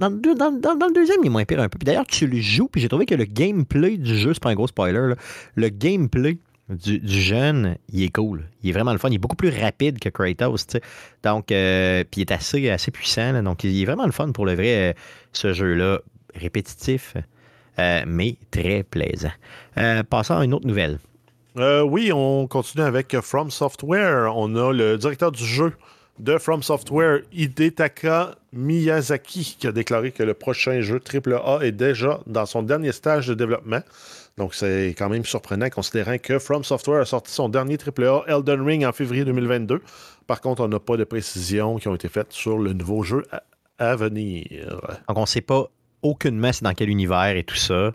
le deuxième, il est moins pire un peu. Puis d'ailleurs, tu le joues, puis j'ai trouvé que le gameplay du jeu, c'est pas un gros spoiler, là, le gameplay du jeune, il est cool. Il est vraiment le fun. Il est beaucoup plus rapide que Kratos, tu sais. Donc, puis il est assez puissant. Là, donc, il est vraiment le fun pour le vrai, ce jeu-là. Répétitif, mais très plaisant. Passons à une autre nouvelle. Oui, on continue avec From Software. On a le directeur du jeu de From Software, Hidetaka Miyazaki, qui a déclaré que le prochain jeu AAA est déjà dans son dernier stage de développement. Donc, c'est quand même surprenant, considérant que From Software a sorti son dernier AAA, Elden Ring, en février 2022. Par contre, on n'a pas de précisions qui ont été faites sur le nouveau jeu à venir. Donc, on ne sait pas aucunement c'est dans quel univers et tout ça.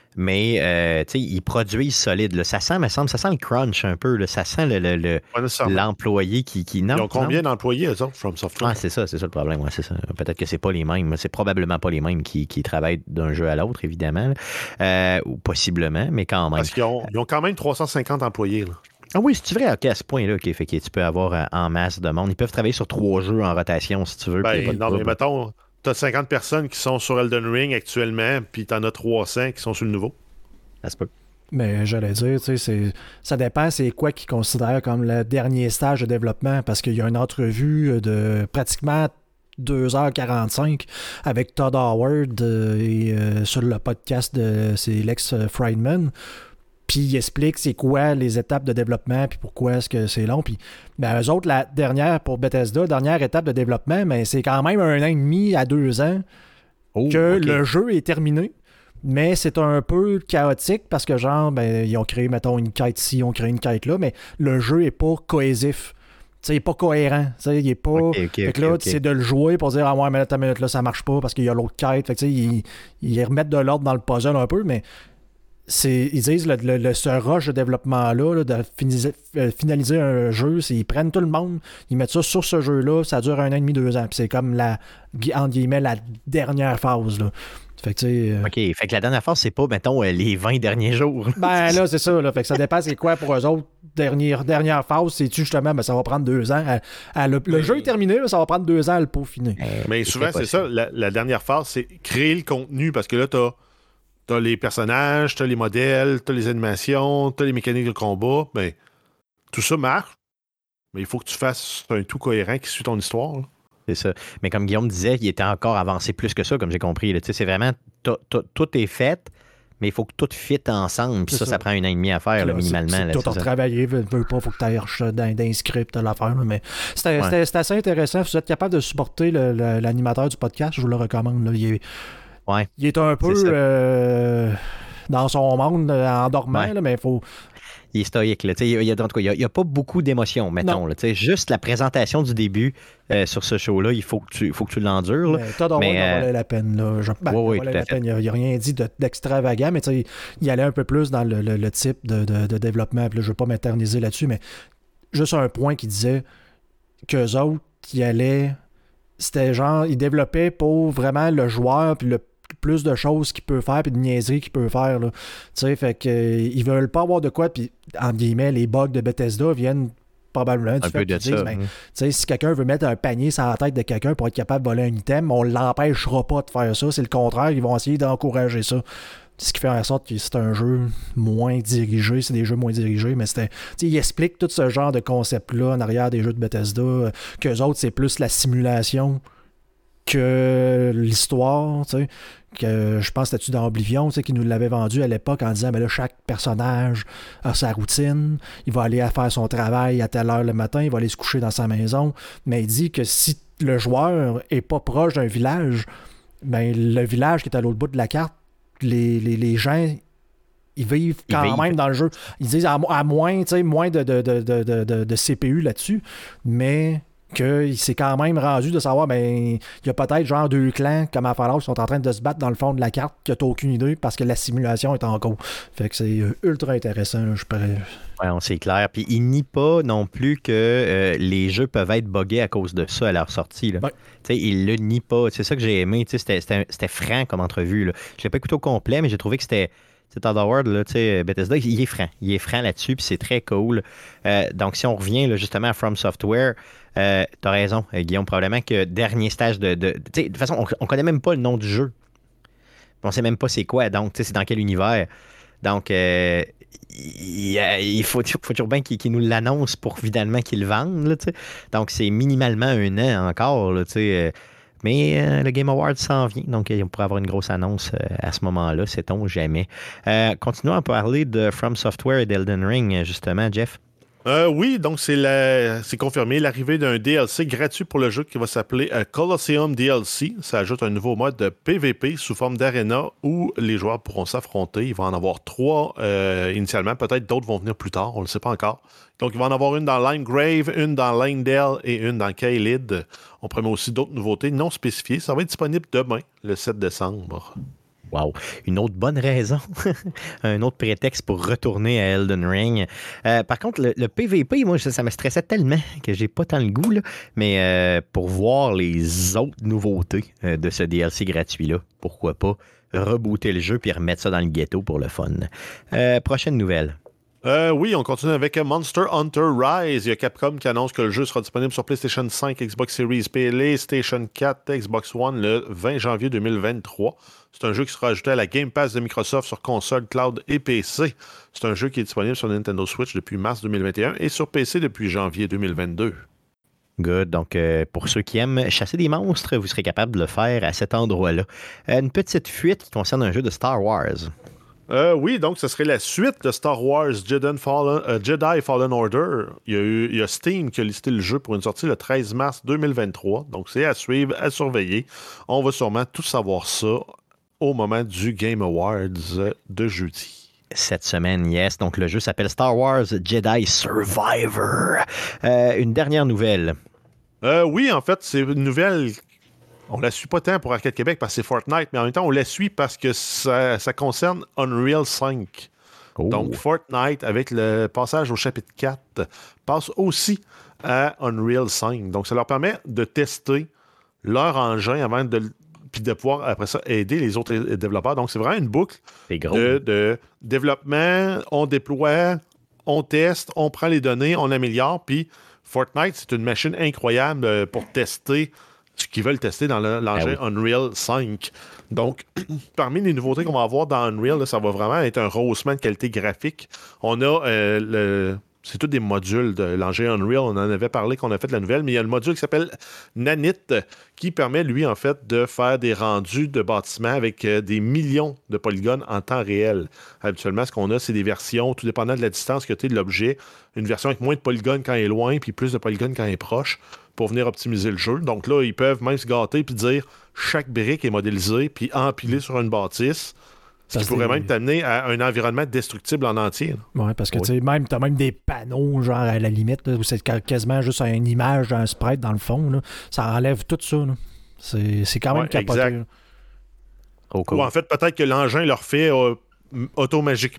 Mais, tu sais, ils produisent solide. Là. Ça sent le crunch un peu. Là. Ça sent l'employé qui non. Ils ont combien d'employés, eux autres, From Software? Ah, c'est ça le problème. Ouais, c'est ça. Peut-être que c'est pas les mêmes. C'est probablement pas les mêmes qui travaillent d'un jeu à l'autre, évidemment. Ou possiblement, mais quand même. Parce qu'ils ont quand même 350 employés. Là. Ah oui, c'est vrai, OK, à ce point-là, okay, fait que tu peux avoir en masse de monde. Ils peuvent travailler sur 3 jeux en rotation, si tu veux. Mais mettons... Tu as 50 personnes qui sont sur Elden Ring actuellement, puis tu en as 300 qui sont sur le nouveau. Ça se peut. Mais j'allais dire, tu sais, ça dépend c'est quoi qu'ils considèrent comme le dernier stage de développement, parce qu'il y a une entrevue de pratiquement 2h45 avec Todd Howard sur le podcast c'est Lex Friedman. Puis il explique c'est quoi les étapes de développement, puis pourquoi est-ce que c'est long. Puis eux autres, la dernière pour Bethesda, dernière étape de développement, mais c'est quand même 1 an et demi à 2 ans que le jeu est terminé. Mais c'est un peu chaotique parce que genre, ils ont créé, mettons, une quête ici, ils ont créé une quête là, mais le jeu est pas cohésif. Il n'est pas cohérent. Il est pas. Fait que là, c'est de le jouer pour dire ah ouais, mais là, ta minute là, ça marche pas parce qu'il y a l'autre quête. Fait que ils remettent de l'ordre dans le puzzle un peu, mais. Ils disent ce rush de développement-là, de finaliser un jeu, ils prennent tout le monde, ils mettent ça sur ce jeu-là, ça dure 1 an et demi, 2 ans. Puis c'est comme entre guillemets, la dernière phase. Là. Fait que, OK. Fait que la dernière phase, c'est pas, mettons, les 20 derniers jours. Ben là, c'est ça. Là. Fait que ça dépend c'est quoi pour eux autres. Dernière phase, c'est-tu justement, ça va prendre 2 ans. Le jeu est terminé, ça va prendre 2 ans à le peaufiner. Mais souvent, c'est ça. La dernière phase, c'est créer le contenu parce que là, t'as les personnages, t'as les modèles, t'as les animations, t'as les mécaniques de combat. Ben, tout ça marche, mais il faut que tu fasses un tout cohérent qui suit ton histoire. Là. C'est ça. Mais comme Guillaume disait, il était encore avancé plus que ça, comme j'ai compris. Là. C'est vraiment, tout est fait, mais il faut que tout fitte ensemble. Puis ça prend 1 an et demi à faire, là, minimalement. C'est tout retravaillé. Il ne veut pas, il faut que tu ailles chercher dans un script l'affaire. Mais c'est assez intéressant. Si vous êtes capable de supporter l'animateur du podcast, je vous le recommande. Là. Il est un peu dans son monde en dormant, là, mais il faut... Il est stoïque. Là. Il n'y a pas beaucoup d'émotions, mettons. Là, juste la présentation du début sur ce show-là, il faut que tu l'endures. Todd Howard valait la peine. Là. Oui, valait la peine. Il n'a rien dit d'extravagant, mais il allait un peu plus dans le type de développement. Puis là, je ne veux pas m'éterniser là-dessus, mais juste un point qui disait qu'eux autres, qui allaient... C'était genre, ils développaient pour vraiment le joueur, puis plus de choses qu'il peut faire puis de niaiseries qu'il peut faire. Tu sais, fait que ils veulent pas avoir de quoi, puis entre guillemets, les bugs de Bethesda viennent probablement du fait qu'ils disent, tu sais, si quelqu'un veut mettre un panier sur la tête de quelqu'un pour être capable de voler un item, on l'empêchera pas de faire ça. C'est le contraire, ils vont essayer d'encourager ça. Ce qui fait en sorte que c'est un jeu moins dirigé, c'est des jeux moins dirigés, mais ils expliquent tout ce genre de concept-là en arrière des jeux de Bethesda, qu'eux autres, c'est plus la simulation que l'histoire, tu sais, que je pense que c'était-tu dans Oblivion, tu sais, qui nous l'avait vendu à l'époque en disant, mais là, chaque personnage a sa routine, il va aller faire son travail à telle heure le matin, il va aller se coucher dans sa maison, mais il dit que si le joueur est pas proche d'un village, ben le village qui est à l'autre bout de la carte, les gens, ils vivent quand même dans le jeu. Ils disent à moins, tu sais, moins de CPU là-dessus, mais qu'il s'est quand même rendu de savoir, ben, il y a peut-être genre 2 clans comme à Fallout qui sont en train de se battre dans le fond de la carte, que t'as aucune idée parce que la simulation est en cours. Fait que c'est ultra intéressant, là, je pourrais... Ouais, c'est clair. Puis il nie pas non plus que les jeux peuvent être buggés à cause de ça à leur sortie. Là. Ouais. Il le nie pas. C'est ça que j'ai aimé. C'était franc comme entrevue. Là. Je l'ai pas écouté au complet, mais j'ai trouvé que c'était... Todd Howard, là, Bethesda, il est franc. Il est franc là-dessus, puis c'est très cool. Donc, si on revient là, justement à From Software, t'as raison, Guillaume, probablement que dernier stage de toute façon, on connaît même pas le nom du jeu. On sait même pas c'est quoi, donc c'est dans quel univers. Donc, il faut toujours bien qu'il nous l'annonce pour finalement qu'il le vende. Là, donc, c'est minimalement 1 an encore. Là, mais le Game Awards s'en vient, donc on pourrait avoir une grosse annonce à ce moment-là, sait-on jamais. Continuons à parler de From Software et d'Elden Ring, justement, Jeff. Oui, donc c'est confirmé l'arrivée d'un DLC gratuit pour le jeu qui va s'appeler Colosseum DLC. Ça ajoute un nouveau mode de PvP sous forme d'arena où les joueurs pourront s'affronter. Il va en avoir 3 initialement, peut-être d'autres vont venir plus tard, on ne le sait pas encore. Donc il va en avoir une dans Limegrave, une dans Leyndell et une dans Caelid. On promet aussi d'autres nouveautés non spécifiées. Ça va être disponible demain, le 7 décembre. Wow, une autre bonne raison, un autre prétexte pour retourner à Elden Ring. Par contre, le PVP, moi, ça me stressait tellement que j'ai pas tant le goût, là, mais pour voir les autres nouveautés de ce DLC gratuit-là, pourquoi pas rebooter le jeu puis remettre ça dans le ghetto pour le fun. Prochaine nouvelle. Oui, on continue avec Monster Hunter Rise. Il y a Capcom qui annonce que le jeu sera disponible sur PlayStation 5, Xbox Series, PlayStation 4, Xbox One le 20 janvier 2023. C'est un jeu qui sera ajouté à la Game Pass de Microsoft sur console, cloud et PC. C'est un jeu qui est disponible sur Nintendo Switch depuis mars 2021 et sur PC depuis janvier 2022. Good. Donc, pour ceux qui aiment chasser des monstres, vous serez capable de le faire à cet endroit-là. Une petite fuite qui concerne un jeu de Star Wars. Oui, donc ce serait la suite de Star Wars Jedi Fallen Order. Il y a Steam qui a listé le jeu pour une sortie le 13 mars 2023. Donc c'est à suivre, à surveiller. On va sûrement tout savoir ça au moment du Game Awards de jeudi. Cette semaine, yes. Donc le jeu s'appelle Star Wars Jedi Survivor. Une dernière nouvelle. Oui, en fait, c'est une nouvelle... On la suit pas tant pour Arcade Québec parce que c'est Fortnite, mais en même temps, on la suit parce que ça concerne Unreal 5. Oh. Donc, Fortnite, avec le passage au chapitre 4, passe aussi à Unreal 5. Donc, ça leur permet de tester leur engin avant puis de pouvoir, après ça, aider les autres développeurs. Donc, c'est vraiment une boucle de développement. On déploie, on teste, on prend les données, on améliore. Puis, Fortnite, c'est une machine incroyable pour tester ce qu'ils veulent tester dans l'engin Unreal 5. Donc, parmi les nouveautés qu'on va avoir dans Unreal, là, ça va vraiment être un rehaussement de qualité graphique. On a c'est tous des modules de l'engin Unreal. On en avait parlé qu'on a fait de la nouvelle, mais il y a le module qui s'appelle Nanite qui permet, lui, en fait, de faire des rendus de bâtiments avec des millions de polygones en temps réel. Habituellement, ce qu'on a, c'est des versions, tout dépendant de la distance que tu as de l'objet, une version avec moins de polygones quand elle est loin, puis plus de polygones quand elle est proche, pour venir optimiser le jeu. Donc là, ils peuvent même se gâter puis dire chaque brique est modélisée puis empilée sur une bâtisse. Ce qui pourrait même t'amener à un environnement destructible en entier. Oui, parce que tu as même des panneaux, genre à la limite, là, où c'est quasiment juste une image d'un sprite dans le fond. Là. Ça enlève tout ça. Là. C'est quand même capoté. Exact. Ou en fait, peut-être que l'engin leur fait automagiquement.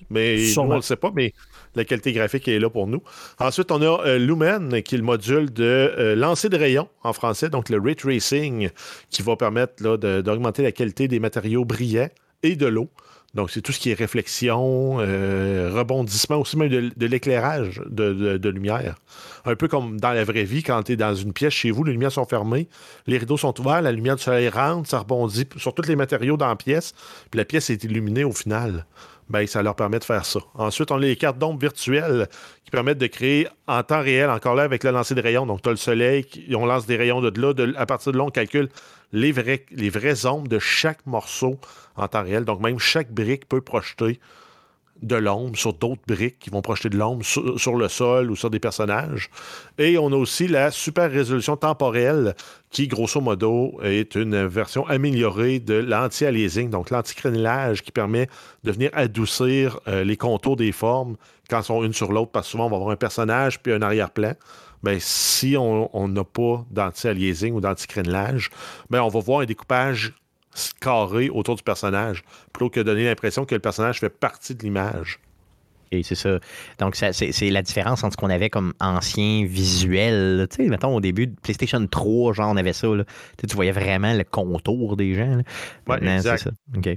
Mais nous, on ne le sait pas, mais la qualité graphique est là pour nous. Ensuite, on a Lumen, qui est le module de lancer de rayons en français, donc le Ray Tracing, qui va permettre là, d'augmenter la qualité des matériaux brillants et de l'eau. Donc, c'est tout ce qui est réflexion, rebondissement, aussi même de l'éclairage de lumière. Un peu comme dans la vraie vie, quand tu es dans une pièce chez vous, les lumières sont fermées, les rideaux sont ouverts, la lumière du soleil rentre, ça rebondit sur tous les matériaux dans la pièce, puis la pièce est illuminée au final. Ben, ça leur permet de faire ça. Ensuite, on a les cartes d'ombre virtuelles qui permettent de créer en temps réel, encore là, avec le lancer de rayons. Donc, tu as le soleil, on lance des rayons de là. À partir de là, on calcule les vraies ombres de chaque morceau en temps réel. Donc, même chaque brique peut projeter de l'ombre sur d'autres briques qui vont projeter de l'ombre sur le sol ou sur des personnages. Et on a aussi la super résolution temporelle qui, grosso modo, est une version améliorée de l'anti-aliasing, donc l'anti-crénelage qui permet de venir adoucir les contours des formes quand elles sont une sur l'autre, parce que souvent, on va avoir un personnage puis un arrière-plan. Ben, si on n'a pas d'anti-aliasing ou d'anti-crénelage, ben, on va voir un découpage carré autour du personnage, plutôt que de donner l'impression que le personnage fait partie de l'image. Et c'est ça. Donc, c'est la différence entre ce qu'on avait comme ancien visuel. Tu sais, mettons, au début de PlayStation 3, genre, on avait ça. Là. Tu voyais vraiment le contour des gens. Oui, exact. C'est ça. OK.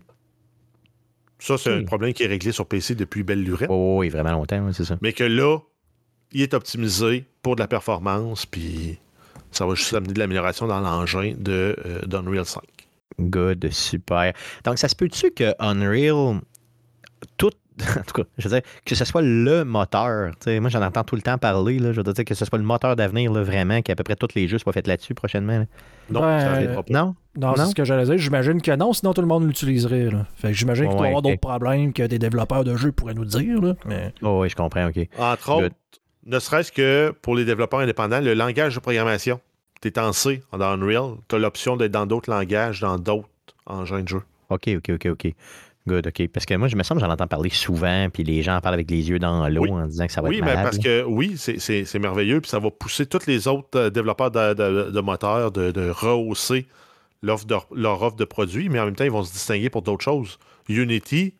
Ça, c'est un problème qui est réglé sur PC depuis belle lurette. Oh, oui, vraiment longtemps, c'est ça. Mais que là, il est optimisé pour de la performance, puis ça va juste amener de l'amélioration dans l'engin d'Unreal 5. Good, super. Donc, ça se peut-tu que Unreal, en tout cas, je veux dire, que ce soit le moteur, moi j'en entends tout le temps parler, là, je veux dire que ce soit le moteur d'avenir, là, vraiment, qu'à peu près tous les jeux soient faits là-dessus prochainement. Là. Non, ça n'arrivera pas. Non? Non, c'est ce que j'allais dire. J'imagine que non, sinon tout le monde l'utiliserait. Là. Fait que j'imagine qu'il doit y avoir d'autres problèmes que des développeurs de jeux pourraient nous dire. Là, mais... Oh, oui, je comprends, OK. Entre autres, ne serait-ce que pour les développeurs indépendants, le langage de programmation. Tu es en C dans Unreal, tu as l'option d'être dans d'autres langages, dans d'autres engins de jeu. OK. Good, OK. Parce que moi, je me semble que j'en entends parler souvent, puis les gens en parlent avec les yeux dans l'eau en disant que ça va être malade. Oui, mais parce que c'est merveilleux, puis ça va pousser tous les autres développeurs de moteurs de rehausser leur offre de produits, mais en même temps, ils vont se distinguer pour d'autres choses. Unity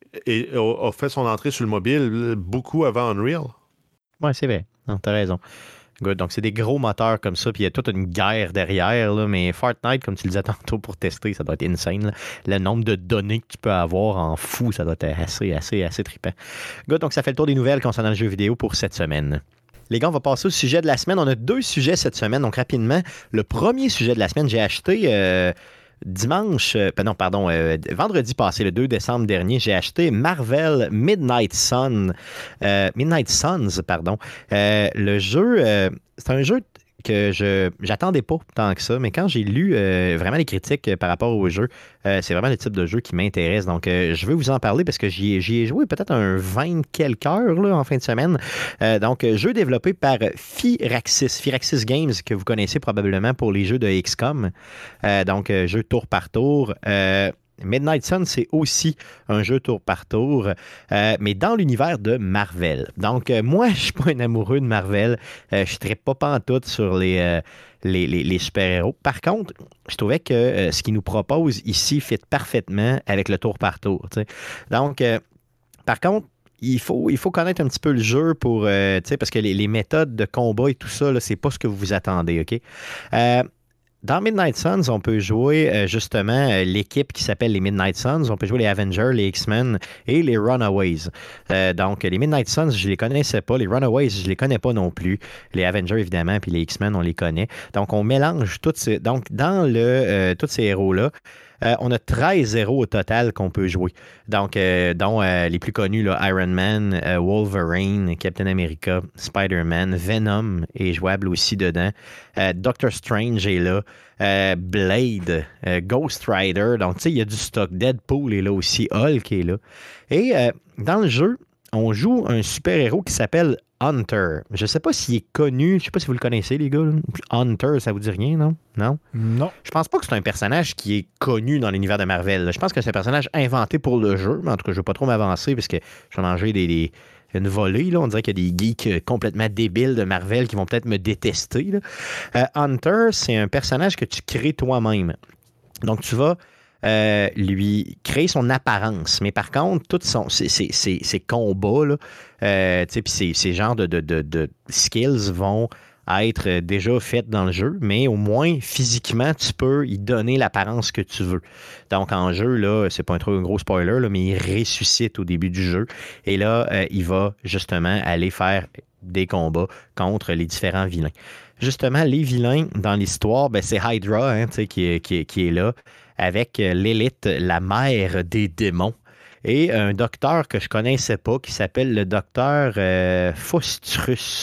a fait son entrée sur le mobile beaucoup avant Unreal. Oui, c'est vrai. Non, t'as raison. Good. Donc, c'est des gros moteurs comme ça, puis il y a toute une guerre derrière, là, mais Fortnite, comme tu le disais tantôt pour tester, ça doit être insane. Là. Le nombre de données que tu peux avoir en fou, ça doit être assez trippant. Good. Donc, ça fait le tour des nouvelles concernant le jeu vidéo pour cette semaine. Les gars, on va passer au sujet de la semaine. On a 2 sujets cette semaine, donc rapidement. Le premier sujet de la semaine, j'ai acheté... vendredi passé, le 2 décembre dernier, j'ai acheté Marvel Midnight Suns. Le jeu, c'est un jeu que j'attendais pas tant que ça, mais quand j'ai lu vraiment les critiques par rapport au jeu, c'est vraiment le type de jeu qui m'intéresse. Donc, je veux vous en parler parce que j'y ai joué peut-être un 20 quelques heures là, en fin de semaine. Donc, jeu développé par Firaxis Games, que vous connaissez probablement pour les jeux de XCOM. Donc, jeu tour par tour. Midnight Sun, c'est aussi un jeu tour par tour, mais dans l'univers de Marvel. Donc, moi, je ne suis pas un amoureux de Marvel. Je ne trippe pas pantoute sur les super-héros. Par contre, je trouvais que ce qu'ils nous proposent ici fit parfaitement avec le tour par tour. T'sais. Donc, par contre, il faut connaître un petit peu le jeu pour, parce que les méthodes de combat et tout ça, là, c'est pas ce que vous vous attendez, OK? Dans Midnight Suns, on peut jouer justement l'équipe qui s'appelle les Midnight Suns. On peut jouer les Avengers, les X-Men et les Runaways. Donc, les Midnight Suns, je les connaissais pas. Les Runaways, je les connais pas non plus. Les Avengers, évidemment, puis les X-Men, on les connaît. Donc, on mélange toutes ces... Donc, dans tous ces héros-là, on a 13 héros au total qu'on peut jouer. Donc, dont les plus connus, là, Iron Man, Wolverine, Captain America, Spider-Man, Venom est jouable aussi dedans. Doctor Strange est là. Blade, Ghost Rider. Donc, tu sais, il y a du stock. Deadpool est là aussi. Hulk est là. Et dans le jeu, on joue un super-héros qui s'appelle Hunter. Je ne sais pas s'il est connu. Je ne sais pas si vous le connaissez, les gars. Hunter, ça vous dit rien, non? Non? Non. Je pense pas que c'est un personnage qui est connu dans l'univers de Marvel. Je pense que c'est un personnage inventé pour le jeu. Mais en tout cas, je ne vais pas trop m'avancer parce que je vais manger une volée. Là. On dirait qu'il y a des geeks complètement débiles de Marvel qui vont peut-être me détester. Là. Hunter, c'est un personnage que tu crées toi-même. Donc, tu vas lui créer son apparence. Mais par contre, tous ces combats, là, puis ces genres de skills vont être déjà faites dans le jeu, mais au moins, physiquement, tu peux y donner l'apparence que tu veux. Donc, en jeu, là, c'est pas un gros spoiler, là, mais il ressuscite au début du jeu. Et là, il va justement aller faire des combats contre les différents vilains. Justement, les vilains dans l'histoire, ben, c'est Hydra qui est là, avec Lilith, la mère des démons, et un docteur que je connaissais pas qui s'appelle le docteur Fautrus,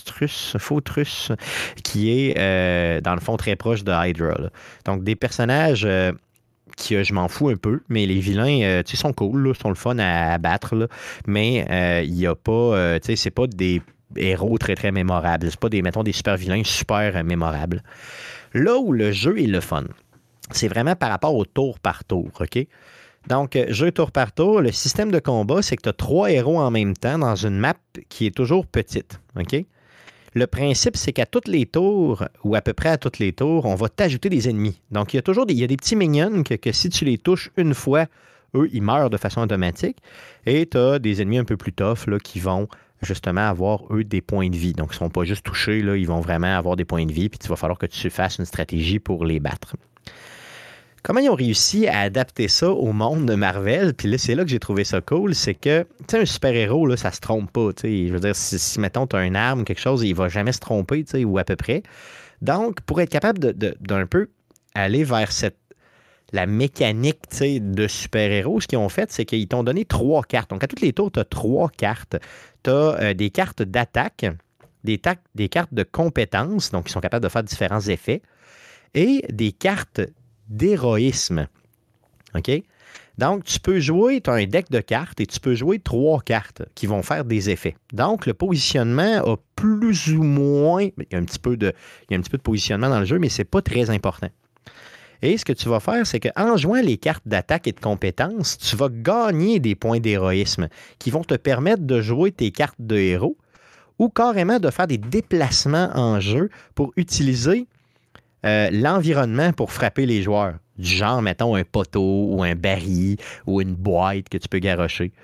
qui est dans le fond très proche de Hydra. Là. Donc des personnages qui, je m'en fous un peu, mais les vilains, sont cool, là, sont le fun à battre, là, mais il n'y a pas, c'est pas des héros très très mémorables, c'est pas des super vilains super mémorables. Là où le jeu est le fun, c'est vraiment par rapport au tour par tour, OK? Donc, jeu tour par tour, le système de combat, c'est que tu as 3 héros en même temps dans une map qui est toujours petite. OK? Le principe, c'est qu'à tous les tours, ou à peu près à tous les tours, on va t'ajouter des ennemis. Donc, il y a toujours des petits minions que si tu les touches une fois, eux, ils meurent de façon automatique. Et tu as des ennemis un peu plus tough là, qui vont justement avoir, eux, des points de vie. Donc, ils ne sont pas juste touchés, là, ils vont vraiment avoir des points de vie, puis il va falloir que tu fasses une stratégie pour les battre. Comment ils ont réussi à adapter ça au monde de Marvel? Puis là, c'est là que j'ai trouvé ça cool, c'est que, tu sais, un super-héros, là, ça se trompe pas, tu sais. Je veux dire, si mettons, tu as une arme, quelque chose, il va jamais se tromper, tu sais, ou à peu près. Donc, pour être capable d'un peu aller vers la mécanique, tu sais, de super-héros, ce qu'ils ont fait, c'est qu'ils t'ont donné 3 cartes. Donc, à tous les tours, tu as 3 cartes. Tu as des cartes d'attaque, des cartes de compétences, donc ils sont capables de faire différents effets, et des cartes d'héroïsme. OK? Donc, tu peux jouer, tu as un deck de cartes et tu peux jouer 3 cartes qui vont faire des effets. Donc, le positionnement a plus ou moins... Il y a un petit peu de positionnement dans le jeu, mais ce n'est pas très important. Et ce que tu vas faire, c'est qu'en jouant les cartes d'attaque et de compétences, tu vas gagner des points d'héroïsme qui vont te permettre de jouer tes cartes de héros ou carrément de faire des déplacements en jeu pour utiliser l'environnement pour frapper les joueurs. Du genre, mettons, un poteau ou un baril ou une boîte que tu peux garrocher.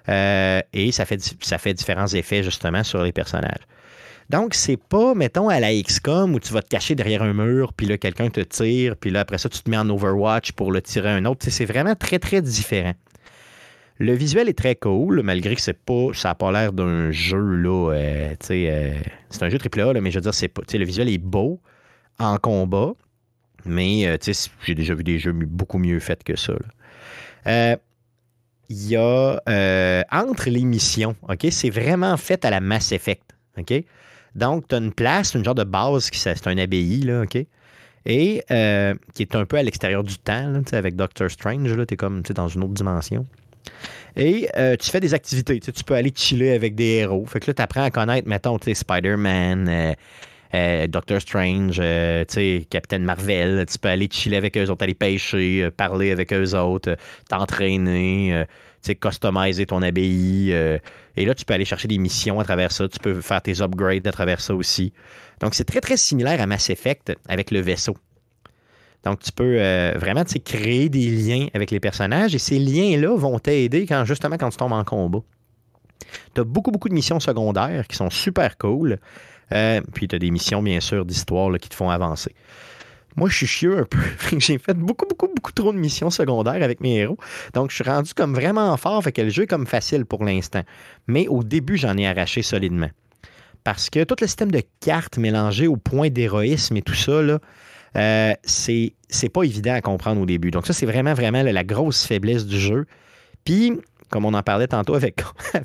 Et ça fait différents effets, justement, sur les personnages. Donc, c'est pas, mettons, à la XCOM où tu vas te cacher derrière un mur, puis là, quelqu'un te tire, puis là, après ça, tu te mets en Overwatch pour le tirer un autre. C'est vraiment très, très différent. Le visuel est très cool, malgré que ça n'a pas l'air d'un jeu, là, c'est un jeu AAA, là, mais je veux dire, le visuel est beau en combat, mais j'ai déjà vu des jeux beaucoup mieux faits que ça. Il y a entre les missions, OK, c'est vraiment fait à la Mass Effect, OK? Donc, tu as une place, une genre de base, c'est un abbaye, là, OK? Et qui est un peu à l'extérieur du temps, là, avec Doctor Strange, tu es comme dans une autre dimension. Et tu fais des activités, tu peux aller chiller avec des héros. Fait que là, tu apprends à connaître, mettons, Spider-Man, Doctor Strange, Captain Marvel, tu peux aller chiller avec eux autres, aller pêcher, parler avec eux autres, t'entraîner, customiser ton abbaye. Et là, tu peux aller chercher des missions à travers ça. Tu peux faire tes upgrades à travers ça aussi. Donc, c'est très, très similaire à Mass Effect avec le vaisseau. Donc, tu peux vraiment créer des liens avec les personnages et ces liens-là vont t'aider justement quand tu tombes en combat. Tu as beaucoup, beaucoup de missions secondaires qui sont super cool. Puis tu as des missions, bien sûr, d'histoire là, qui te font avancer. Moi, je suis chieux un peu. J'ai fait beaucoup, beaucoup, beaucoup trop de missions secondaires avec mes héros. Donc, je suis rendu comme vraiment fort. Fait que le jeu est comme facile pour l'instant. Mais au début, j'en ai arraché solidement. Parce que tout le système de cartes mélangé au point d'héroïsme et tout ça, là, c'est pas évident à comprendre au début. Donc, ça, c'est vraiment, vraiment la grosse faiblesse du jeu. Puis, comme on en parlait tantôt avec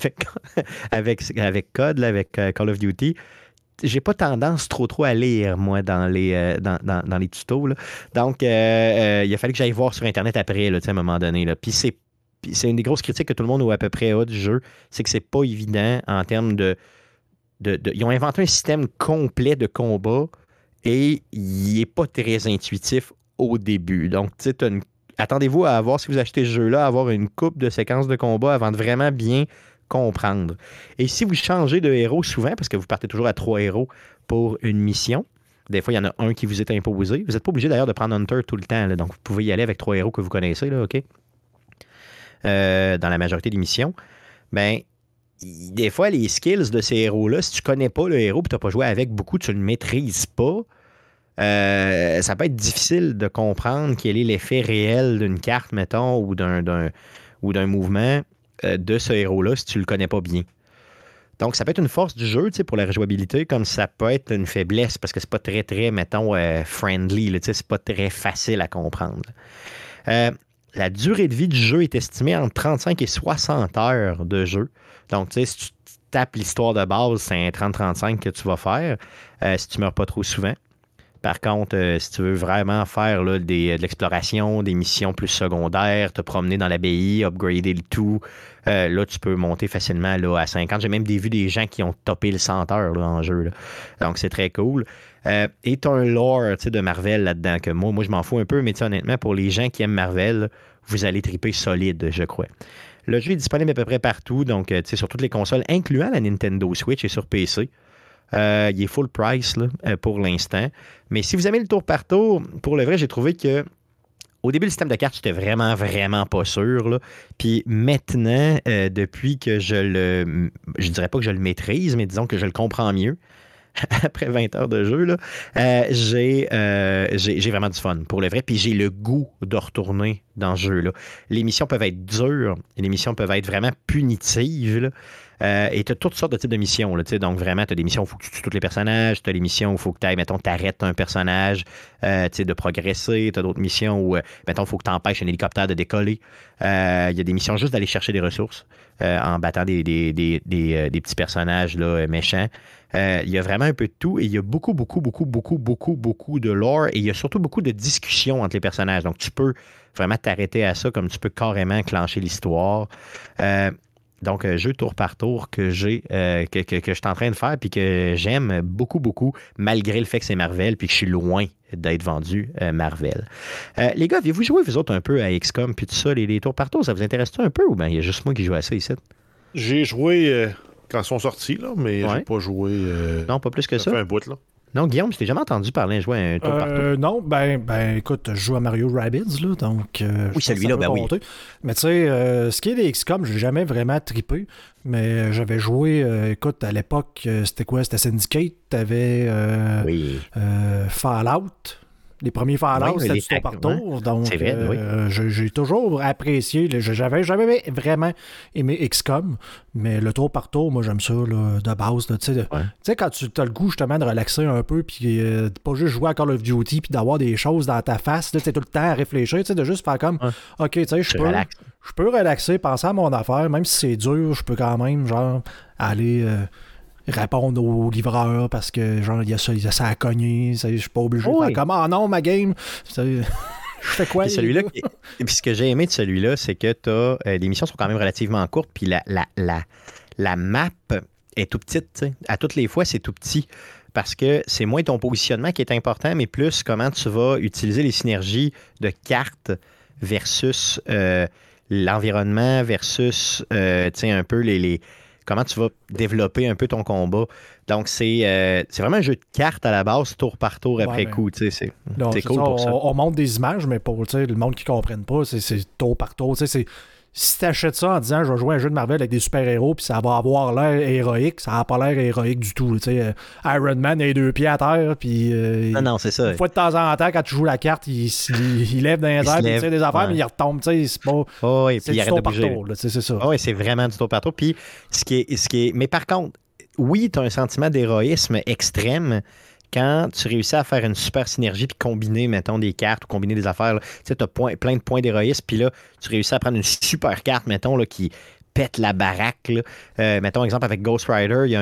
Code, là, avec Call of Duty, j'ai pas tendance trop à lire, moi, dans les tutos. Là. Donc, il a fallu que j'aille voir sur Internet après, là, à un moment donné. Là. Puis c'est une des grosses critiques que tout le monde ou à peu près a du jeu, c'est que c'est pas évident en termes de... Ils ont inventé un système complet de combat et il n'est pas très intuitif au début. Donc, tu sais, attendez-vous à avoir, si vous achetez ce jeu-là, à avoir une coupe de séquences de combat avant de vraiment bien comprendre. Et si vous changez de héros souvent, parce que vous partez toujours à 3 héros pour une mission, Des fois, il y en a un qui vous est imposé. Vous n'êtes pas obligé d'ailleurs de prendre Hunter tout le temps. Là. Donc, vous pouvez y aller avec 3 héros que vous connaissez, là, OK? Dans la majorité des missions. Ben, des fois, les skills de ces héros-là, si tu connais pas le héros et tu n'as pas joué avec beaucoup, tu ne le maîtrises pas, ça peut être difficile de comprendre quel est l'effet réel d'une carte, mettons, ou d'un mouvement de ce héros-là si tu le connais pas bien. Donc, ça peut être une force du jeu, pour la rejouabilité, comme ça peut être une faiblesse, parce que c'est pas très, très, mettons, friendly, là, c'est pas très facile à comprendre. La durée de vie du jeu est estimée entre 35 et 60 heures de jeu. Donc, si tu tapes l'histoire de base, c'est un 30-35 que tu vas faire, si tu meurs pas trop souvent. Par contre, si tu veux vraiment faire là, de l'exploration, des missions plus secondaires, te promener dans l'abbaye, upgrader le tout, là, tu peux monter facilement là, à 50. J'ai même vu des gens qui ont topé le 100 heures là, en jeu. Là. Donc, c'est très cool. Et tu as un lore de Marvel là-dedans que moi, je m'en fous un peu, mais honnêtement, pour les gens qui aiment Marvel, vous allez triper solide, je crois. Le jeu est disponible à peu près partout, donc sur toutes les consoles, incluant la Nintendo Switch et sur PC. Il est full price là, pour l'instant. Mais si vous aimez le tour par tour, pour le vrai, j'ai trouvé que au début, le système de cartes, j'étais vraiment, vraiment pas sûr. Là. Puis maintenant, depuis que je dirais pas que je le maîtrise, mais disons que je le comprends mieux, après 20 heures de jeu, là, j'ai vraiment du fun, pour le vrai. Puis j'ai le goût de retourner dans ce jeu-là. Les missions peuvent être dures, les missions peuvent être vraiment punitives, là. Et tu as toutes sortes de types de missions. Là, donc, vraiment, tu as des missions où il faut que tu tues tous les personnages. Tu as des missions où il faut que tu ailles, mettons, t'arrêtes un personnage de progresser. Tu as d'autres missions où, mettons, il faut que tu empêches un hélicoptère de décoller. Il y a des missions juste d'aller chercher des ressources en battant des petits personnages là, méchants. Il y a vraiment un peu de tout et il y a beaucoup de lore et il y a surtout beaucoup de discussions entre les personnages. Donc, tu peux vraiment t'arrêter à ça comme tu peux carrément clencher l'histoire. Donc, jeu tour par tour que je suis en train de faire puis que j'aime beaucoup, malgré le fait que c'est Marvel puis que je suis loin d'être vendu Marvel. Les gars, avez-vous joué, vous autres, un peu à XCOM puis tout ça, les tours par tour, ça vous intéresse-tu un peu ou bien il y a juste moi qui joue à ça ici? J'ai joué quand ils sont sortis, là, mais j'ai pas joué... non, pas plus que ça? Ça fait un bout, là. Non, Guillaume, je t'ai jamais entendu parler de jouer à un tour par tour. Non, écoute, je joue à Mario Rabbids, là, donc... oui, celui-là, oui. Mais tu sais, ce qui est des XCOM, j'ai jamais vraiment trippé, mais j'avais joué, écoute, à l'époque, c'était quoi? C'était Syndicate, t'avais Fallout... Les premiers Fallout, c'était du tour par tour. Donc, c'est vrai, oui. J'ai toujours apprécié. J'avais jamais vraiment aimé XCOM, mais le tour par tour, moi, j'aime ça là, de base. Tu sais, quand tu as le goût justement de relaxer un peu, puis de pas juste jouer à Call of Duty, puis d'avoir des choses dans ta face, tu sais, tout le temps à réfléchir, de juste faire comme, OK, tu sais, je peux relaxer, penser à mon affaire, même si c'est dur, je peux quand même, genre, aller... répondre aux livreurs parce que genre il y a ça à cogner, je suis pas obligé de faire comme non ma game je fais quoi puis celui-là et puis ce que j'ai aimé de celui-là c'est que les missions sont quand même relativement courtes puis la map est tout petite, t'sais. À toutes les fois c'est tout petit parce que c'est moins ton positionnement qui est important mais plus comment tu vas utiliser les synergies de cartes versus l'environnement versus un peu les comment tu vas développer un peu ton combat. Donc, c'est vraiment un jeu de cartes à la base, tour par tour après coup. C'est cool pour ça. On montre des images, mais pour le monde qui ne comprenne pas, c'est tour par tour. Si tu achètes ça en disant « je vais jouer un jeu de Marvel avec des super-héros » puis ça va avoir l'air héroïque, ça n'a pas l'air héroïque du tout. Iron Man a les 2 pieds à terre, puis non, c'est ça. Une fois de temps en temps, quand tu joues la carte, il lève dans les airs, puis il tire des affaires, mais il retombe. C'est pas... c'est du tour par tour. C'est ça. Oui, c'est vraiment du tour par tour. Puis, ce qui est... Mais par contre, oui, tu as un sentiment d'héroïsme extrême quand tu réussis à faire une super synergie puis combiner, mettons, des cartes ou combiner des affaires. Tu as plein de points d'héroïsme, puis là, tu réussis à prendre une super carte, mettons, là, qui pète la baraque. Là. Mettons, exemple, avec Ghost Rider, il y a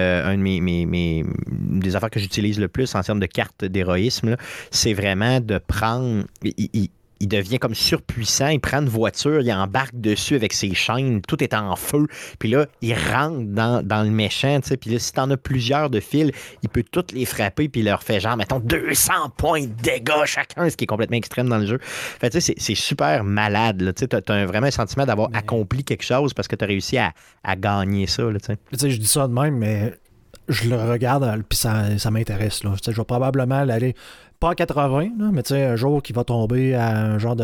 des affaires que j'utilise le plus en termes de cartes d'héroïsme. Là. C'est vraiment de prendre... Il devient comme surpuissant, il prend une voiture, il embarque dessus avec ses chaînes, tout est en feu, puis là, il rentre dans le méchant, tu sais, puis là, si t'en as plusieurs de fils, il peut toutes les frapper, puis il leur fait genre, mettons, 200 points de dégâts chacun, ce qui est complètement extrême dans le jeu. Fait tu sais, c'est super malade, là, tu sais, t'as vraiment un sentiment d'avoir accompli quelque chose parce que t'as réussi à gagner ça, là, tu sais. Tu sais, je dis ça de même, mais je le regarde, puis ça m'intéresse. Là. Je vais probablement l'aller, pas à 80, là, mais un jour qui va tomber à un genre de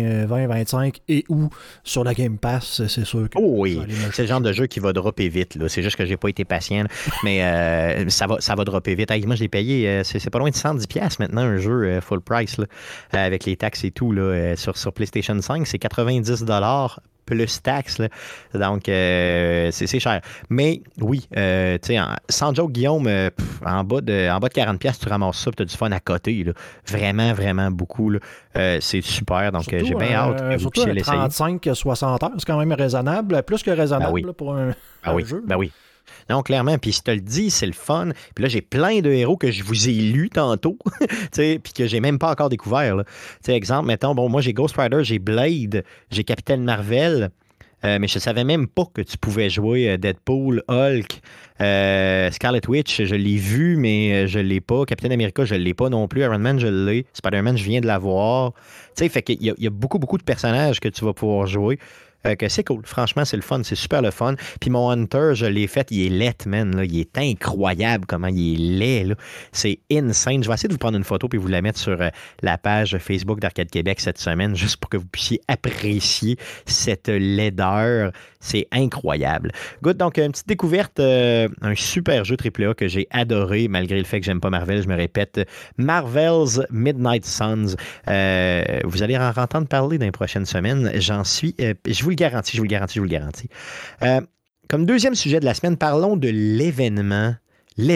20-25 et ou sur la Game Pass, c'est sûr que... Oh oui, c'est le genre de jeu qui va dropper vite. Là. C'est juste que j'ai pas été patient, là. Mais ça va dropper vite. Hey, moi, je l'ai payé, c'est pas loin de 110$ maintenant, un jeu full price, là, avec les taxes et tout, là, sur PlayStation 5. C'est 90$ plus taxes. Là. Donc, c'est cher. Mais oui, sans joke, Guillaume, en bas de 40$, tu ramasses ça et tu as du fun à côté. Là. Vraiment, vraiment beaucoup. Là. C'est super. Donc, j'ai bien hâte que vous puissiez l'essayer. 35-60 heures, c'est quand même raisonnable. Plus que raisonnable là, pour un jeu. Ben oui. Non, clairement. Puis je te le dis, c'est le fun. Puis là, j'ai plein de héros que je vous ai lus tantôt, puis que j'ai même pas encore découvert. Exemple, mettons, moi, j'ai Ghost Rider, j'ai Blade, j'ai Captain Marvel, mais je savais même pas que tu pouvais jouer Deadpool, Hulk, Scarlet Witch, je l'ai vu, mais je l'ai pas. Captain America, je l'ai pas non plus. Iron Man, je l'ai. Spider-Man, je viens de l'avoir. Fait qu'il y a beaucoup, beaucoup de personnages que tu vas pouvoir jouer. Que c'est cool. Franchement, c'est le fun. C'est super le fun. Puis mon Hunter, je l'ai fait. Il est laid, man. Là. Il est incroyable comment il est laid. Là. C'est insane. Je vais essayer de vous prendre une photo puis vous la mettre sur la page Facebook d'Arcade Québec cette semaine, juste pour que vous puissiez apprécier cette laideur. C'est incroyable. Good. Donc, une petite découverte. Un super jeu AAA que j'ai adoré, malgré le fait que j'aime pas Marvel. Je me répète. Marvel's Midnight Suns. Vous allez en entendre parler dans les prochaines semaines. J'en suis... je vous le garantis. Comme deuxième sujet de la semaine, parlons de l'événement qui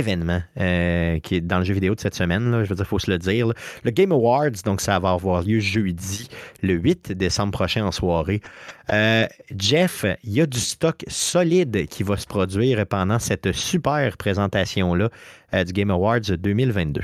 est dans le jeu vidéo de cette semaine. Là, je veux dire, il faut se le dire. Là. Le Game Awards, donc ça va avoir lieu jeudi, le 8 décembre prochain en soirée. Jeff, il y a du stock solide qui va se produire pendant cette super présentation-là du Game Awards 2022.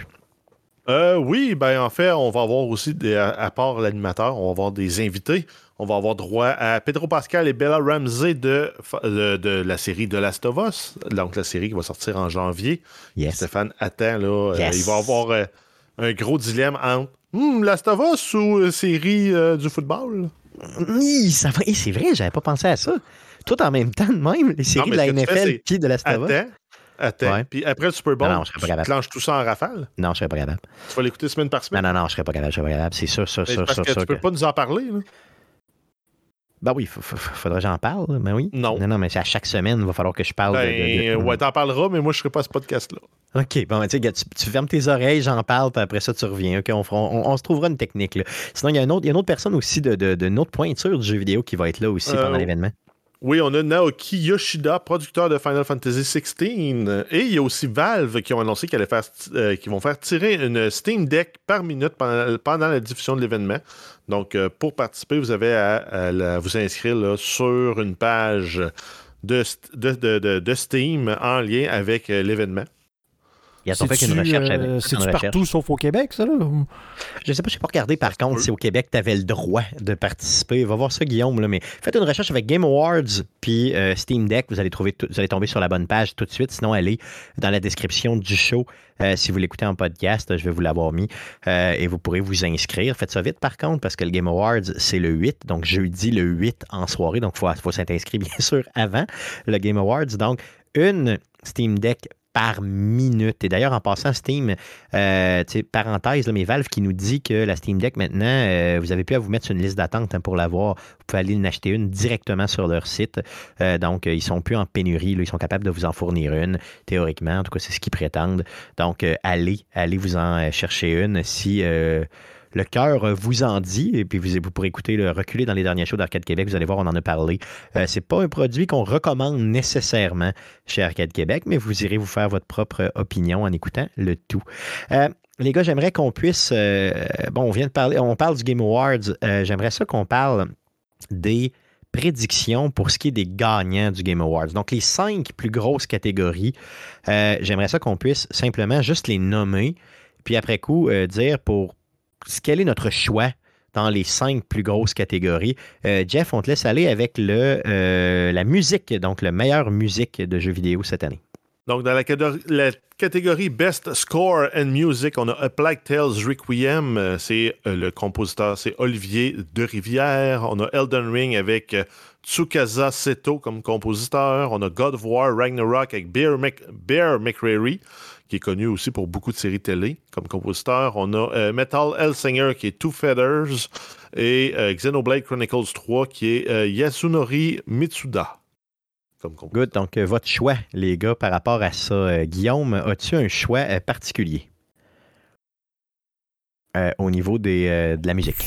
Oui, ben en fait, on va avoir aussi, à part l'animateur, on va avoir des invités. On va avoir droit à Pedro Pascal et Bella Ramsey de la série The Last of Us, donc la série qui va sortir en janvier. Yes. Stéphane attend, là. Yes. Il va avoir un gros dilemme entre Last of Us ou série du football. C'est vrai, j'avais pas pensé à ça. Tout en même temps de même, les séries de la NFL puis de Last of Us. Attends. Ouais. Puis après le Super Bowl, tu clenches tout ça en rafale? Non, je serais pas capable. Tu vas l'écouter semaine par semaine? Non, je serais pas capable. C'est sûr. Parce que tu peux pas nous en parler, là. Ben oui, faudrait que j'en parle, mais oui. Non, mais c'est à chaque semaine, il va falloir que je parle ouais, t'en parleras, mais moi, je serai pas à ce podcast-là. OK, bon, tu fermes tes oreilles, j'en parle, puis après ça, tu reviens. OK, on se trouvera une technique, là. Sinon, il y a une autre personne aussi d'une autre pointure du jeu vidéo qui va être là aussi pendant l'événement. Oui, on a Naoki Yoshida, producteur de Final Fantasy XVI. Et il y a aussi Valve qui ont annoncé qu'ils vont faire tirer une Steam Deck par minute pendant la diffusion de l'événement. Donc, pour participer, vous avez à vous inscrire là, sur une page de Steam en lien avec l'événement. C'est-tu partout sauf au Québec, ça, là? Je ne sais pas, je n'ai pas regardé, par contre, si au Québec, tu avais le droit de participer. Va voir ça, Guillaume, là, mais faites une recherche avec Game Awards puis Steam Deck. Vous allez tomber sur la bonne page tout de suite. Sinon, allez dans la description du show. Si vous l'écoutez en podcast, je vais vous l'avoir mis. Et vous pourrez vous inscrire. Faites ça vite, par contre, parce que le Game Awards, c'est le 8. Donc, jeudi, le 8 en soirée. Donc, il faut s'inscrire, bien sûr, avant le Game Awards. Donc, une Steam Deck par minute. Et d'ailleurs, en passant, Steam, parenthèse, là, mais Valve qui nous dit que la Steam Deck, maintenant, vous avez pu à vous mettre sur une liste d'attente pour l'avoir. Vous pouvez aller en acheter une directement sur leur site. Donc, ils ne sont plus en pénurie. Là, ils sont capables de vous en fournir une, théoriquement. En tout cas, c'est ce qu'ils prétendent. Donc, allez vous en chercher une si... le cœur vous en dit, et puis vous pourrez écouter le reculer dans les derniers shows d'Arcade Québec. Vous allez voir, on en a parlé. C'est pas un produit qu'on recommande nécessairement chez Arcade Québec, mais vous irez vous faire votre propre opinion en écoutant le tout. Les gars, j'aimerais qu'on puisse... on parle du Game Awards. J'aimerais ça qu'on parle des prédictions pour ce qui est des gagnants du Game Awards. Donc, les 5 plus grosses catégories, j'aimerais ça qu'on puisse simplement juste les nommer, puis après coup, dire quel est notre choix dans les 5 plus grosses catégories. Jeff, on te laisse aller avec la musique, donc la meilleure musique de jeux vidéo cette année. Donc, dans la catégorie Best Score and Music, on a A Plague Tales Requiem. C'est le compositeur, c'est Olivier de Rivière. On a Elden Ring avec Tsukasa Seto comme compositeur. On a God of War Ragnarok avec Bear McCreary, qui est connu aussi pour beaucoup de séries télé comme compositeur. On a Metal Hellsinger qui est Two Feathers et Xenoblade Chronicles 3 qui est Yasunori Mitsuda. Good. Donc, votre choix, les gars, par rapport à ça, Guillaume, as-tu un choix particulier au niveau de la musique?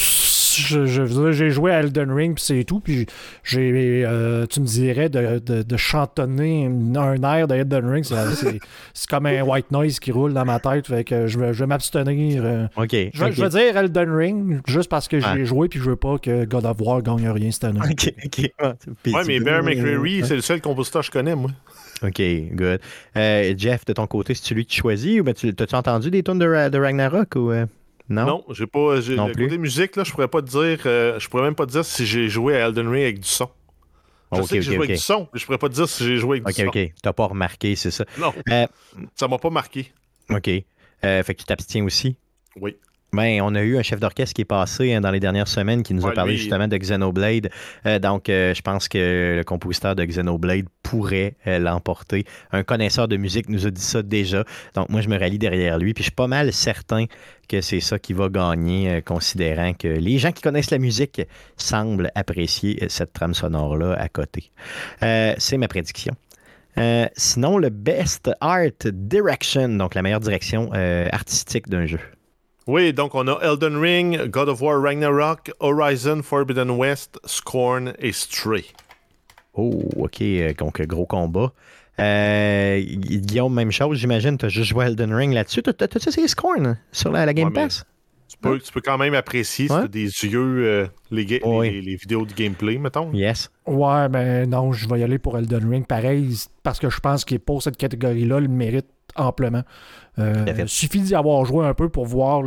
J'ai joué à Elden Ring, puis c'est tout. Puis tu me dirais de chantonner un air de Elden Ring. C'est comme un white noise qui roule dans ma tête. Fait que je vais m'abstenir. Je vais dire Elden Ring, juste parce que j'ai joué, puis je veux pas que God of War gagne rien cette année. OK. Ouais, mais Bear McCreary, c'est le seul compositeur que je connais, moi. OK, good. Jeff, de ton côté, c'est-tu lui qui choisit ou t'as-tu entendu des tunes de Ragnarok ou... Non, j'ai pas. Non le plus. côté musique, là, je pourrais pas te dire. Je pourrais même pas te dire si j'ai joué à Elden Ring avec du son. Je sais que j'ai joué avec du son, mais je pourrais pas te dire si j'ai joué avec du son. OK. T'as pas remarqué, c'est ça. Non. Ça m'a pas marqué. OK. Fait que tu t'abstiens aussi? Oui. Ben, on a eu un chef d'orchestre qui est passé dans les dernières semaines qui nous a parlé justement de Xenoblade. Donc, je pense que le compositeur de Xenoblade pourrait l'emporter. Un connaisseur de musique nous a dit ça déjà. Donc, moi, je me rallie derrière lui. Puis, je suis pas mal certain que c'est ça qui va gagner, considérant que les gens qui connaissent la musique semblent apprécier cette trame sonore-là à côté. C'est ma prédiction. Sinon, le Best Art Direction, donc la meilleure direction artistique d'un jeu. Oui, donc on a Elden Ring, God of War Ragnarok, Horizon Forbidden West, Scorn et Stray. Oh, OK. Donc, gros combat. Guillaume, même chose, j'imagine. Tu as juste joué Elden Ring là-dessus. T'as-tu essayé Scorn sur la Game Pass? Tu peux quand même apprécier si tu as des yeux les vidéos de gameplay, mettons. Yes. Ouais, ben non, je vais y aller pour Elden Ring. Pareil, parce que je pense qu'il pour cette catégorie-là, le mérite amplement. Il suffit d'y avoir joué un peu pour voir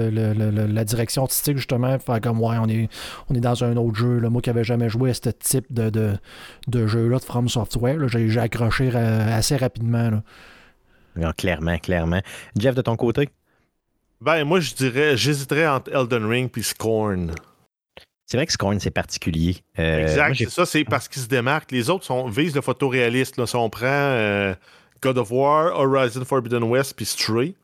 la direction artistique, justement, faire comme on est dans un autre jeu. Là. Moi qui n'avais jamais joué à ce type de jeu-là de From Software, là, j'ai accroché assez rapidement. Là. Non, clairement. Jeff, de ton côté? Ben, moi, j'hésiterais entre Elden Ring et Scorn. C'est vrai que Scorn, c'est particulier. Exact, c'est ça, c'est parce qu'ils se démarquent. Les autres visent le photoréaliste. Là. Si on prend God of War, Horizon Forbidden West puis Stray,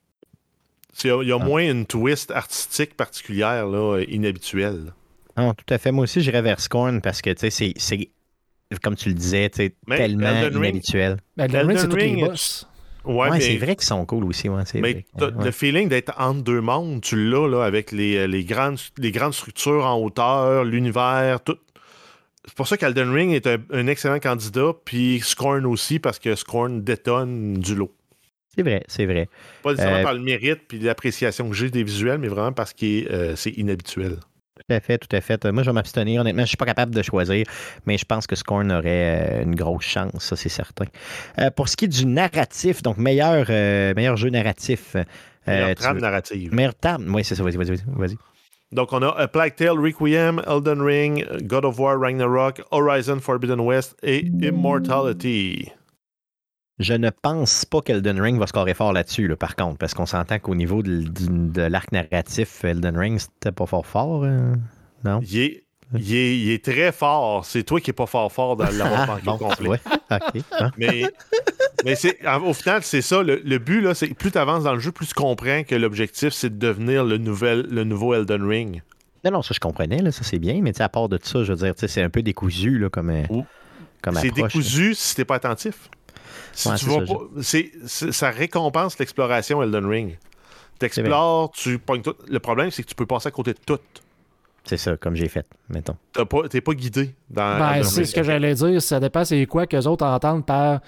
il y a moins une twist artistique particulière, là, inhabituelle. Non, tout à fait. Moi aussi, j'irais vers Scorn parce que, tu sais, c'est comme tu le disais, tellement inhabituel. Elden Ring, c'est tous les boss. Ouais, mais c'est vrai qu'ils sont cool aussi. Ouais, mais le feeling d'être entre deux mondes, tu l'as là, avec les grandes structures en hauteur, l'univers, tout. C'est pour ça qu'Elden Ring est un excellent candidat, puis Scorn aussi, parce que Scorn détonne du lot. C'est vrai. Pas nécessairement par le mérite puis l'appréciation que j'ai des visuels, mais vraiment parce que c'est inhabituel. Tout à fait. Moi, je vais m'abstenir. Honnêtement, je ne suis pas capable de choisir, mais je pense que Scorn aurait une grosse chance, ça, c'est certain. Pour ce qui est du narratif, donc meilleur jeu narratif. Meilleure trame narrative. Meilleure trame, oui, c'est ça. Vas-y. Donc, on a A Plague Tale Requiem, Elden Ring, God of War Ragnarok, Horizon Forbidden West et Immortality. Je ne pense pas qu'Elden Ring va scorer fort là-dessus, là, par contre, parce qu'on s'entend qu'au niveau de l'arc narratif, Elden Ring, c'était pas fort, non? Il est très fort. C'est toi qui n'es pas fort dans l'avoir manqué au complet. Ouais. Okay. Mais au final, c'est ça. Le but, là, c'est que plus tu avances dans le jeu, plus tu comprends que l'objectif, c'est de devenir le nouveau Elden Ring. Non, ça je comprenais, là, ça c'est bien, mais à part de ça, je veux dire, c'est un peu décousu là, comme approche. C'est décousu si tu n'es pas attentif. Si tu vas pas, ça récompense l'exploration Elden Ring. Tu explores, tu pognes tout. Le problème, c'est que tu peux passer à côté de tout. C'est ça, comme j'ai fait, mettons. T'es pas guidé dans c'est ce que j'allais dire. Ça dépend c'est quoi qu'eux autres entendent par...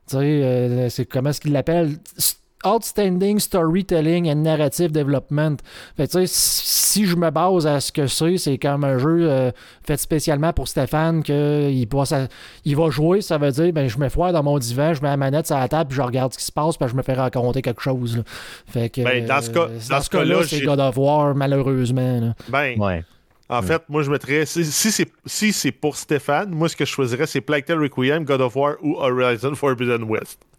c'est comment est-ce qu'ils l'appellent? Outstanding Storytelling and Narrative Development. Fait tu sais, si je me base à ce que c'est comme un jeu fait spécialement pour Stéphane, qu'il va jouer, ça veut dire, ben je me foire dans mon divan, je mets la manette sur la table, puis je regarde ce qui se passe, puis je me fais raconter quelque chose. Là. Fait que dans ce cas-là, c'est God of War, malheureusement. Là. Ouais. En fait, moi, je mettrais... Si c'est pour Stéphane, moi, ce que je choisirais, c'est Plague Tale Requiem, God of War ou Horizon Forbidden West.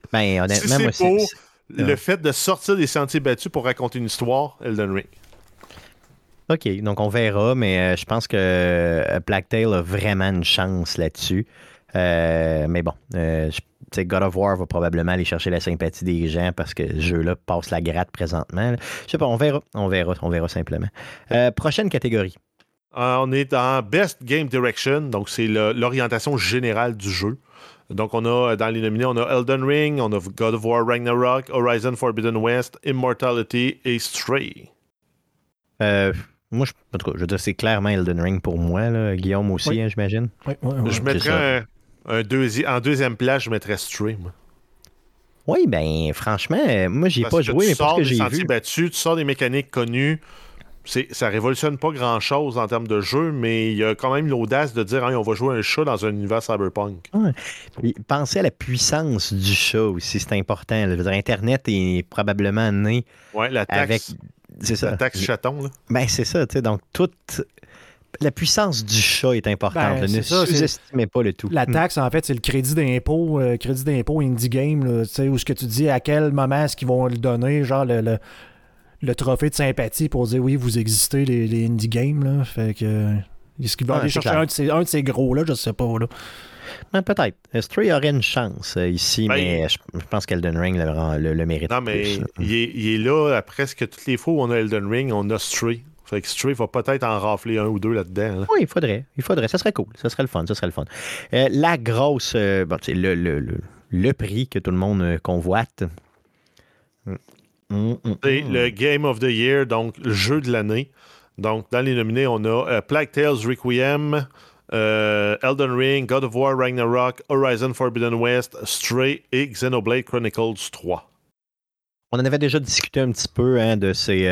Ben, honnêtement, si moi, c'est pour le fait de sortir des sentiers battus pour raconter une histoire, Elden Ring. OK, donc on verra, mais je pense que Plague Tale a vraiment une chance là-dessus. Mais bon, God of War va probablement aller chercher la sympathie des gens parce que ce jeu-là passe la gratte présentement. Je sais pas, on verra simplement. Prochaine catégorie. On est dans Best Game Direction, donc c'est l'orientation générale du jeu. Donc on a, dans les nominés, on a Elden Ring, on a God of War Ragnarok, Horizon Forbidden West, Immortality et Stray. Moi, en tout cas, je veux dire, c'est clairement Elden Ring pour moi. Là. Guillaume aussi, Oui. J'imagine. Oui. Je mettrais en deuxième place, je mettrais Stray, moi. Oui, ben franchement, moi, j'y ai pas joué, mais pour ce que j'ai vu. Tu sors des sentiers battus, tu sors des mécaniques connues. Ça révolutionne pas grand-chose en termes de jeu, mais il y a quand même l'audace de dire on va jouer un chat dans un univers cyberpunk. Ouais. Puis, pensez à la puissance du chat aussi, c'est important. Je veux dire, Internet est probablement né la taxe, avec... C'est ça. La taxe chaton. Là. Ben, c'est ça, tu sais. Donc, toute la puissance du chat est importante. Ne sous-estimez pas le tout. La taxe, en fait, c'est le crédit d'impôt Indie Game, là, où ce que tu dis à quel moment est-ce qu'ils vont le donner, genre le trophée de sympathie pour dire oui, vous existez, les Indie Games. Là. Fait que. Est-ce qu'ils vont aller chercher un de ces gros-là, je sais pas. Là. Ben, peut-être. Stray aurait une chance ici, mais je pense qu'Elden Ring le mérite. Non, mais plus, il est là à presque toutes les fois où on a Elden Ring, on a Stray. Fait que Stray va peut-être en rafler un ou deux là-dedans. Là. Oui, il faudrait. Ça serait cool. Ça serait le fun. La grosse... le prix que tout le monde convoite. C'est le Game of the Year, donc le jeu de l'année. Donc, dans les nominés, on a Plague Tales Requiem, Elden Ring, God of War Ragnarok, Horizon Forbidden West, Stray et Xenoblade Chronicles 3. On en avait déjà discuté un petit peu de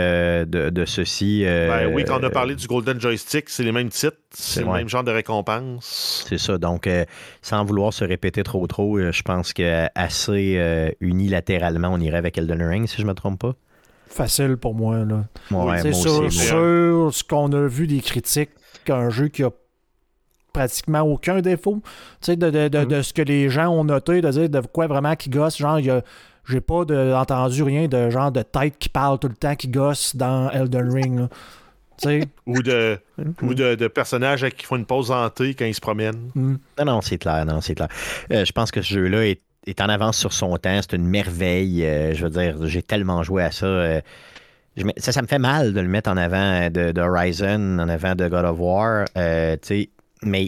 ceci. Oui, quand on a parlé du Golden Joystick, c'est les mêmes titres, c'est le même genre de récompense. C'est ça. Donc, sans vouloir se répéter trop, je pense que assez unilatéralement, on irait avec Elden Ring, si je ne me trompe pas. Facile pour moi. Là. Ouais, c'est sur ce qu'on a vu des critiques, qu'un jeu qui a pratiquement aucun défaut, tu sais, de ce que les gens ont noté, de dire de quoi vraiment qui gosse, genre, j'ai pas entendu rien de genre de tête qui parle tout le temps, qui gosse dans Elden Ring. ou de personnages qui font une pause hantée quand ils se promènent. Non, c'est clair. Je pense que ce jeu-là est en avance sur son temps. C'est une merveille. Je veux dire, j'ai tellement joué à ça. Ça me fait mal de le mettre en avant de Horizon, en avant de God of War. Mais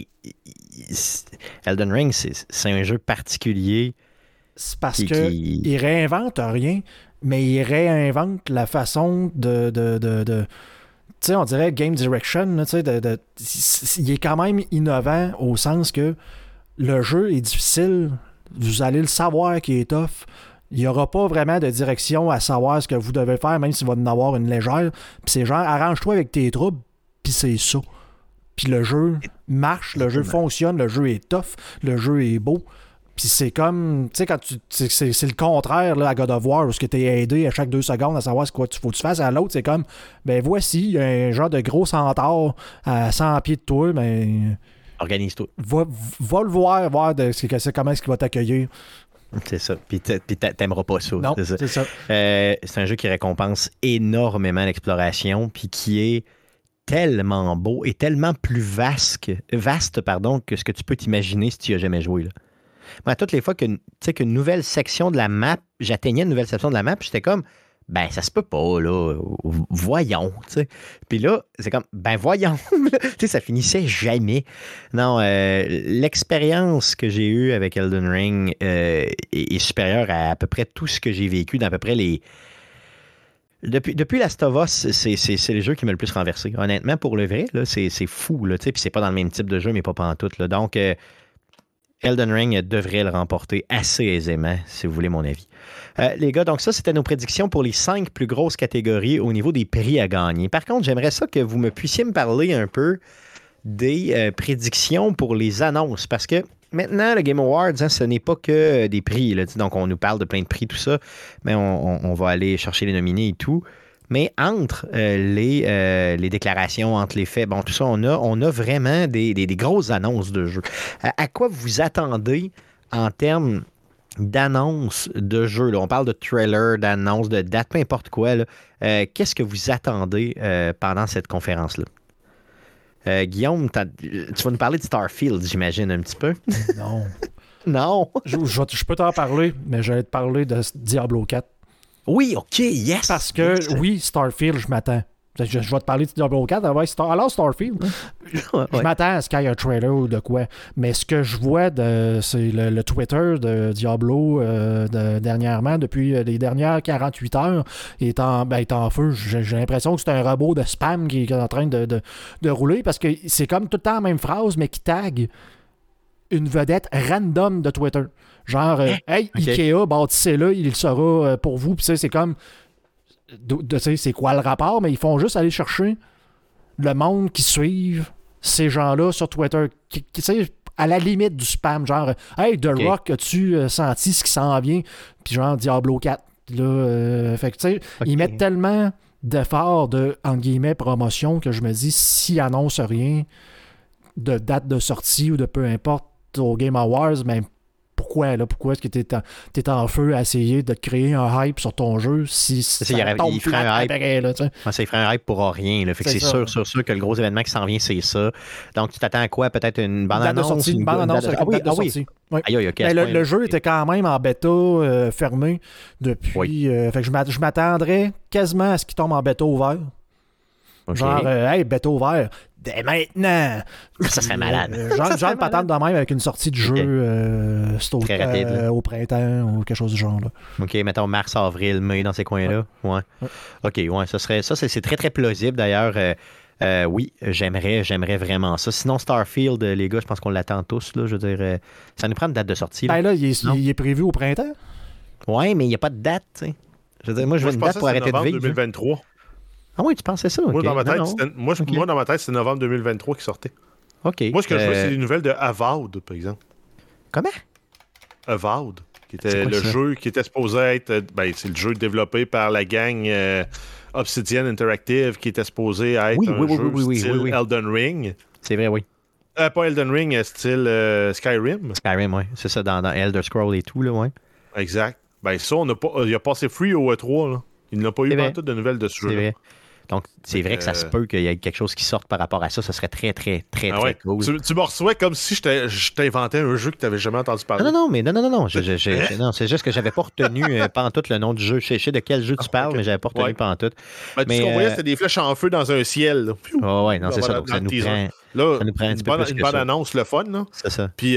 Elden Ring, c'est un jeu particulier. C'est parce qu'il réinvente rien, mais il réinvente la façon de tu sais, on dirait Game Direction, tu sais, il est quand même innovant au sens que le jeu est difficile, vous allez le savoir qu'il est tough. Il n'y aura pas vraiment de direction à savoir ce que vous devez faire, même s'il va en avoir une légère. Puis c'est genre, arrange-toi avec tes troubles, puis c'est ça. Puis le jeu marche, le jeu fonctionne, le jeu est tough, le jeu est beau. Puis c'est comme, tu sais, quand c'est le contraire là, à God of War, où tu es aidé à chaque 2 secondes à savoir ce qu'il faut que tu fasses. À l'autre, c'est comme, ben voici, il y a un genre de gros centaure à 100 pieds de toi, ben... Organise-toi. Va le voir comment est-ce qu'il va t'accueillir. C'est ça. Puis t'aimeras pas ça. Non, c'est ça. C'est un jeu qui récompense énormément l'exploration, puis qui est tellement beau et tellement plus vaste que ce que tu peux t'imaginer si tu n'y as jamais joué. Là. Moi, toutes les fois qu'une nouvelle section de la map, j'atteignais une nouvelle section de la map, j'étais comme, ben, ça se peut pas, là. Voyons, tu sais. Puis là, c'est comme, ben, voyons. Tu sais, ça finissait jamais. Non, l'expérience que j'ai eue avec Elden Ring est supérieure à peu près tout ce que j'ai vécu dans à peu près les... Depuis Last of Us, c'est les jeux qui m'ont le plus renversé. Honnêtement, pour le vrai, là, c'est fou, là, tu sais. Puis c'est pas dans le même type de jeu, mais pas pantoute, là. Donc... Elden Ring devrait le remporter assez aisément, si vous voulez mon avis. Les gars, donc ça, c'était nos prédictions pour les 5 plus grosses catégories au niveau des prix à gagner. Par contre, j'aimerais ça que vous me puissiez me parler un peu des prédictions pour les annonces, parce que maintenant, le Game Awards, ce n'est pas que des prix. Là, donc, on nous parle de plein de prix, tout ça, mais on va aller chercher les nominés et tout. Mais entre les déclarations, entre les faits, bon, tout ça, on a vraiment des grosses annonces de jeux. À quoi vous attendez en termes d'annonces de jeux, là, on parle de trailer, d'annonces, de dates, peu importe quoi, là, qu'est-ce que vous attendez pendant cette conférence-là? Guillaume, tu vas nous parler de Starfield, j'imagine, un petit peu. Non. Non. Je peux t'en parler, mais j'allais te parler de Diablo 4. Oui, OK, yes. Parce que, oui, Starfield, je m'attends. Je vais te parler de Diablo 4. Alors, Starfield, je m'attends à ce qu'il y ait un trailer ou de quoi. Mais ce que je vois, c'est le Twitter de Diablo dernièrement, depuis les dernières 48 heures, il est en feu. J'ai l'impression que c'est un robot de spam qui est en train de rouler parce que c'est comme tout le temps la même phrase, mais qui tag une vedette random de Twitter. Genre, hey, okay. Ikea, bâtissez-le, il sera pour vous. Puis c'est comme... c'est quoi le rapport, mais ils font juste aller chercher le monde qui suivent ces gens-là sur Twitter, qui à la limite du spam, genre hey, The Rock, as-tu senti ce qui s'en vient? Puis genre Diablo 4. Là, fait que tu sais, ils mettent tellement d'efforts de, entre guillemets, promotion que je me dis, s'ils annoncent rien de date de sortie ou de peu importe au Game Awards, mais pourquoi est-ce que t'es en feu à essayer de créer un hype sur ton jeu si ça tombe il ferait un hype après, là, ça ferait un hype pour rien. Là. Fait que c'est sûr que le gros événement qui s'en vient, c'est ça. Donc, tu t'attends à quoi? Peut-être une bande-annonce? Une bande-annonce avec une date de sortie. Oui. Le jeu était quand même en bêta fermé depuis... Oui. Fait que je m'attendrais quasiment à ce qu'il tombe en bêta ouvert. Okay. Genre, hey, bêta ouvert, dès maintenant! Ça serait malade. Genre patente de même avec une sortie de jeu très rapide, au printemps ou quelque chose du genre. Là. OK, mettons mars, avril, mai, dans ces coins-là. Ouais. OK, ouais, c'est très, très plausible d'ailleurs. Oui, j'aimerais vraiment ça. Sinon, Starfield, les gars, je pense qu'on l'attend tous. Là, je veux dire, ça nous prend une date de sortie. Là, il est prévu au printemps? Oui, mais il n'y a pas de date. T'sais. Je veux dire, moi, je veux une date pour arrêter de vivre. 2023. Ah oui, tu pensais ça? Okay. Moi, dans ma tête, c'était novembre 2023 qui sortait. OK. Moi, ce que je veux, c'est des nouvelles de Avowed, par exemple. Comment? Avowed, qui était le jeu qui était supposé être... c'est le jeu développé par la gang Obsidian Interactive, qui était supposé être style Elden Ring. C'est vrai, oui. Pas Elden Ring, style Skyrim. Skyrim, oui. C'est ça, dans Elder Scrolls et tout, là, ouais. Exact. Ça, il a passé free au E3, là. Il n'a pas eu tout de nouvelles de ce jeu. C'est vrai. Donc, c'est vrai que ça se peut qu'il y ait quelque chose qui sorte par rapport à ça. Ça serait très, très, très, très cool. Tu me reçois comme si je t'inventais un jeu que tu n'avais jamais entendu parler. Non. Non, c'est juste que j'avais pas retenu pantoute le nom du jeu. Je sais de quel jeu tu parles, mais j'avais pas retenu pantoute. Tout ce qu'on voyait, c'était des flèches en feu dans un ciel. Oui, non, c'est ça. Donc, ça nous prend une bonne annonce, le fun. Là. C'est ça. Puis,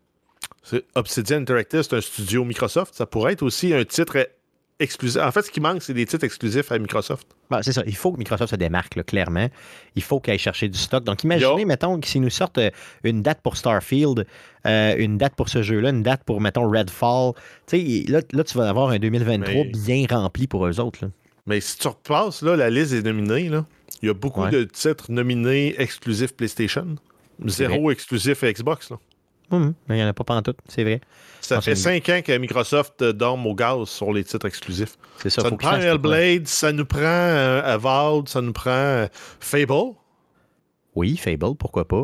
Obsidian Interactive, c'est un studio Microsoft. Ça pourrait être aussi un titre exclusif. En fait, ce qui manque, c'est des titres exclusifs à Microsoft. C'est ça. Il faut que Microsoft se démarque, là, clairement. Il faut qu'il aille chercher du stock. Donc, imaginez, mettons, s'ils nous sortent une date pour Starfield, une date pour ce jeu-là, une date pour, mettons, Redfall. Tu sais, là, tu vas avoir un 2023 bien rempli pour eux autres. Là. Mais si tu repasses, là, la liste des nominés, là, il y a beaucoup de titres nominés exclusifs PlayStation. Zéro exclusif Xbox, là. Mais il n'y en a pas pantoute, c'est vrai. Ça fait 5 ans que Microsoft dorme au gaz sur les titres exclusifs. C'est ça. Ça nous prend Hellblade, ça nous prend Avowed, ça nous prend Fable. Oui, Fable, pourquoi pas.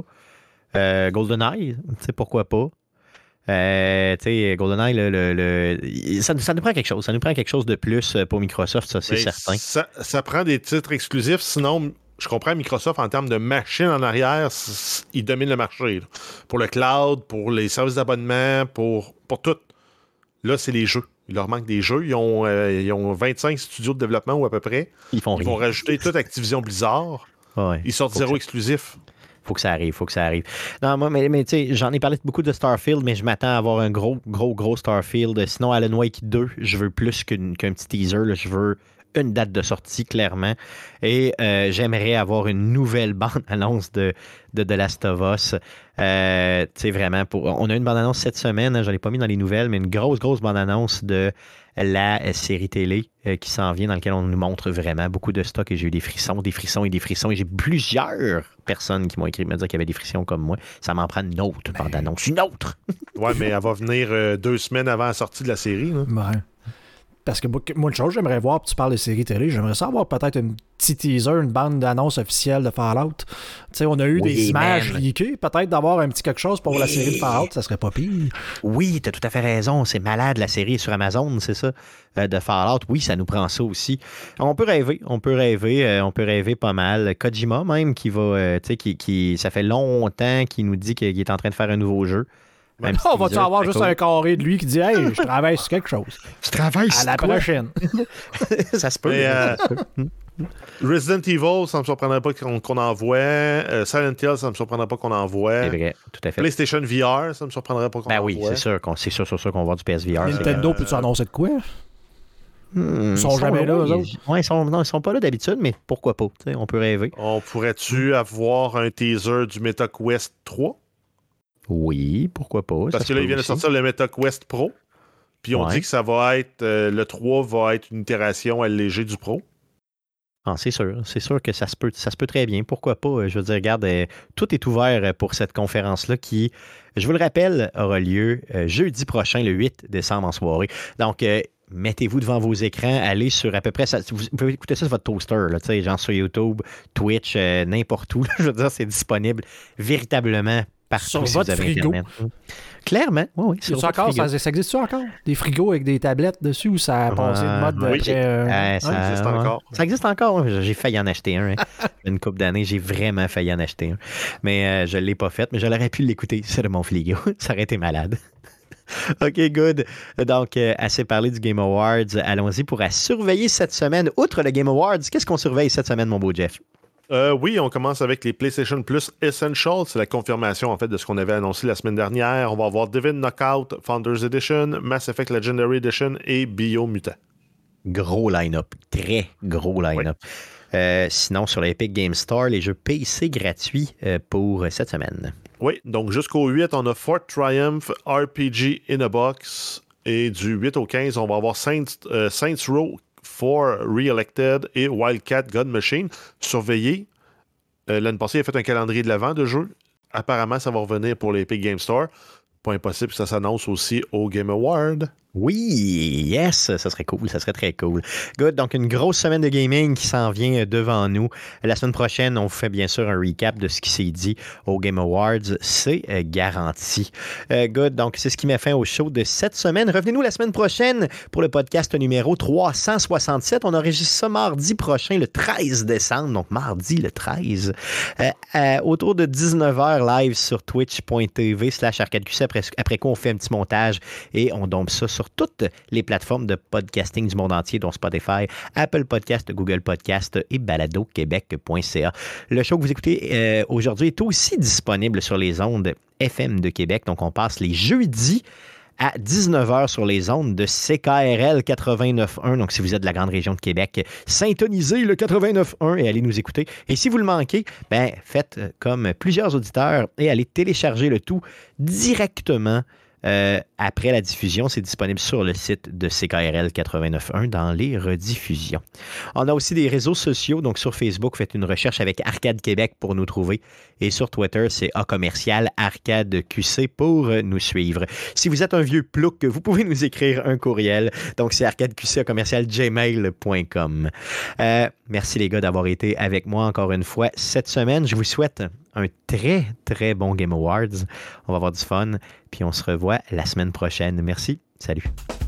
GoldenEye, tu sais, pourquoi pas. Tu sais, GoldenEye, ça nous prend quelque chose. Ça nous prend quelque chose de plus pour Microsoft, ça, c'est certain. Ça prend des titres exclusifs, sinon... Je comprends Microsoft en termes de machine en arrière, ils dominent le marché. Là. Pour le cloud, pour les services d'abonnement, pour tout. Là, c'est les jeux. Il leur manque des jeux. Ils ont 25 studios de développement ou à peu près. Ils vont rajouter toute Activision Blizzard. Ouais. Ils sortent zéro exclusif. Faut que ça arrive. Non, moi, mais tu sais, j'en ai parlé beaucoup de Starfield, mais je m'attends à avoir un gros Starfield. Sinon, Alan Wake 2, je veux plus qu'un petit teaser. Là. Je veux une date de sortie, clairement. Et j'aimerais avoir une nouvelle bande-annonce de The Last of Us. Tu sais, vraiment, on a une bande-annonce cette semaine, hein, je ne l'ai pas mis dans les nouvelles, mais une grosse bande-annonce de la série télé qui s'en vient, dans laquelle on nous montre vraiment beaucoup de stock. Et j'ai eu des frissons. Et j'ai plusieurs personnes qui m'ont écrit me dire qu'il y avait des frissons comme moi. Ça m'en prend une autre bande-annonce. Une autre! Ouais, mais elle va venir 2 semaines avant la sortie de la série. Là. Ouais. Parce que moi, une chose, j'aimerais voir, puis tu parles de séries télé, j'aimerais ça avoir peut-être un petit teaser, une bande d'annonces officielle de Fallout. Tu sais, on a eu des images leakées, peut-être d'avoir un petit quelque chose pour la série de Fallout, ça serait pas pire. Oui, t'as tout à fait raison, c'est malade, la série est sur Amazon, c'est ça, de Fallout. Oui, ça nous prend ça aussi. On peut rêver pas mal. Kojima même, qui va, tu sais, ça fait longtemps qu'il nous dit qu'il est en train de faire un nouveau jeu. On va-tu avoir juste un carré de lui qui dit « Hey, je travaille sur quelque chose. » Tu travailles sur la prochaine. Ça se peut. Resident Evil, ça ne me surprendrait pas qu'on en voit. Silent Hill, ça ne me surprendrait pas qu'on en voit. C'est vrai, tout à fait. PlayStation VR, ça ne me surprendrait pas qu'on en voit. Oui, c'est sûr qu'on va voir du PSVR. Nintendo, peux-tu annoncer de quoi? Ils sont jamais là, eux autres? Oui, ils sont pas là d'habitude, mais pourquoi pas? On peut rêver. On pourrait-tu avoir un teaser du MetaQuest 3? Oui, pourquoi pas. Parce que là, ils viennent de sortir le MetaQuest Pro. Puis on dit que ça va être... le 3 va être une itération allégée du Pro. Ah, c'est sûr que ça se peut très bien. Pourquoi pas? Je veux dire, regarde, tout est ouvert pour cette conférence-là qui, je vous le rappelle, aura lieu jeudi prochain, le 8 décembre en soirée. Donc, mettez-vous devant vos écrans, allez sur à peu près... vous pouvez écouter ça sur votre toaster, là, genre sur YouTube, Twitch, n'importe où. Là, je veux dire, c'est disponible véritablement partout sur si votre vous avez frigo. Internet. Clairement, oui. Ça existe-tu encore? Des frigos avec des tablettes dessus ou ça a passé de mode oui. Ça existe encore. Ça existe encore. J'ai failli en acheter un. Une couple d'années, j'ai vraiment failli en acheter un. Mais je ne l'ai pas fait, mais je l'aurais pu l'écouter sur mon frigo. Ça aurait été malade. OK, good. Donc, assez parlé du Game Awards. Allons-y pour surveiller cette semaine. Outre le Game Awards, qu'est-ce qu'on surveille cette semaine, mon beau Jeff? Oui, on commence avec les PlayStation Plus Essentials. C'est la confirmation, en fait, de ce qu'on avait annoncé la semaine dernière. On va avoir Divine Knockout, Founders Edition, Mass Effect Legendary Edition et Biomutant. Gros line-up. Très gros line-up. Oui. Sinon, sur l'Epic Game Store, les jeux PC gratuits pour cette semaine. Oui, donc jusqu'au 8, on a Fort Triumph RPG in a Box. Et du 8 au 15, on va avoir Saints Row 4 Re-Elected et Wildcat Gun Machine. Surveillez. L'année passée, il a fait un calendrier de l'avant de jeux. Apparemment, ça va revenir pour l'Epic Game Store. Pas impossible que ça s'annonce aussi au Game Award. Oui, yes, ça serait cool, ça serait très cool. Good, donc une grosse semaine de gaming qui s'en vient devant nous. La semaine prochaine, on vous fait bien sûr un recap de ce qui s'est dit au Game Awards, c'est garanti. Good, donc c'est ce qui met fin au show de cette semaine. Revenez-nous la semaine prochaine pour le podcast numéro 367. On enregistre ça mardi prochain, le 13 décembre, donc mardi le 13, autour de 19h live sur twitch.tv/ArcadeQC, après quoi on fait un petit montage et on dompe ça sur toutes les plateformes de podcasting du monde entier, dont Spotify, Apple Podcast, Google Podcast et baladoquebec.ca. Le show que vous écoutez aujourd'hui est aussi disponible sur les ondes FM de Québec. Donc, on passe les jeudis à 19h sur les ondes de CKRL 89.1. Donc, si vous êtes de la grande région de Québec, syntonisez le 89.1 et allez nous écouter. Et si vous le manquez, faites comme plusieurs auditeurs et allez télécharger le tout directement après la diffusion. C'est disponible sur le site de CKRL 89.1 dans les rediffusions. On a aussi des réseaux sociaux, donc sur Facebook, faites une recherche avec Arcade Québec pour nous trouver et sur Twitter, c'est @ArcadeQC pour nous suivre. Si vous êtes un vieux plouc, vous pouvez nous écrire un courriel, donc c'est arcadeqc@gmail.com. Merci les gars d'avoir été avec moi encore une fois cette semaine. Je vous souhaite un très, très bon Game Awards. On va avoir du fun, puis on se revoit la semaine prochaine. Merci. Salut.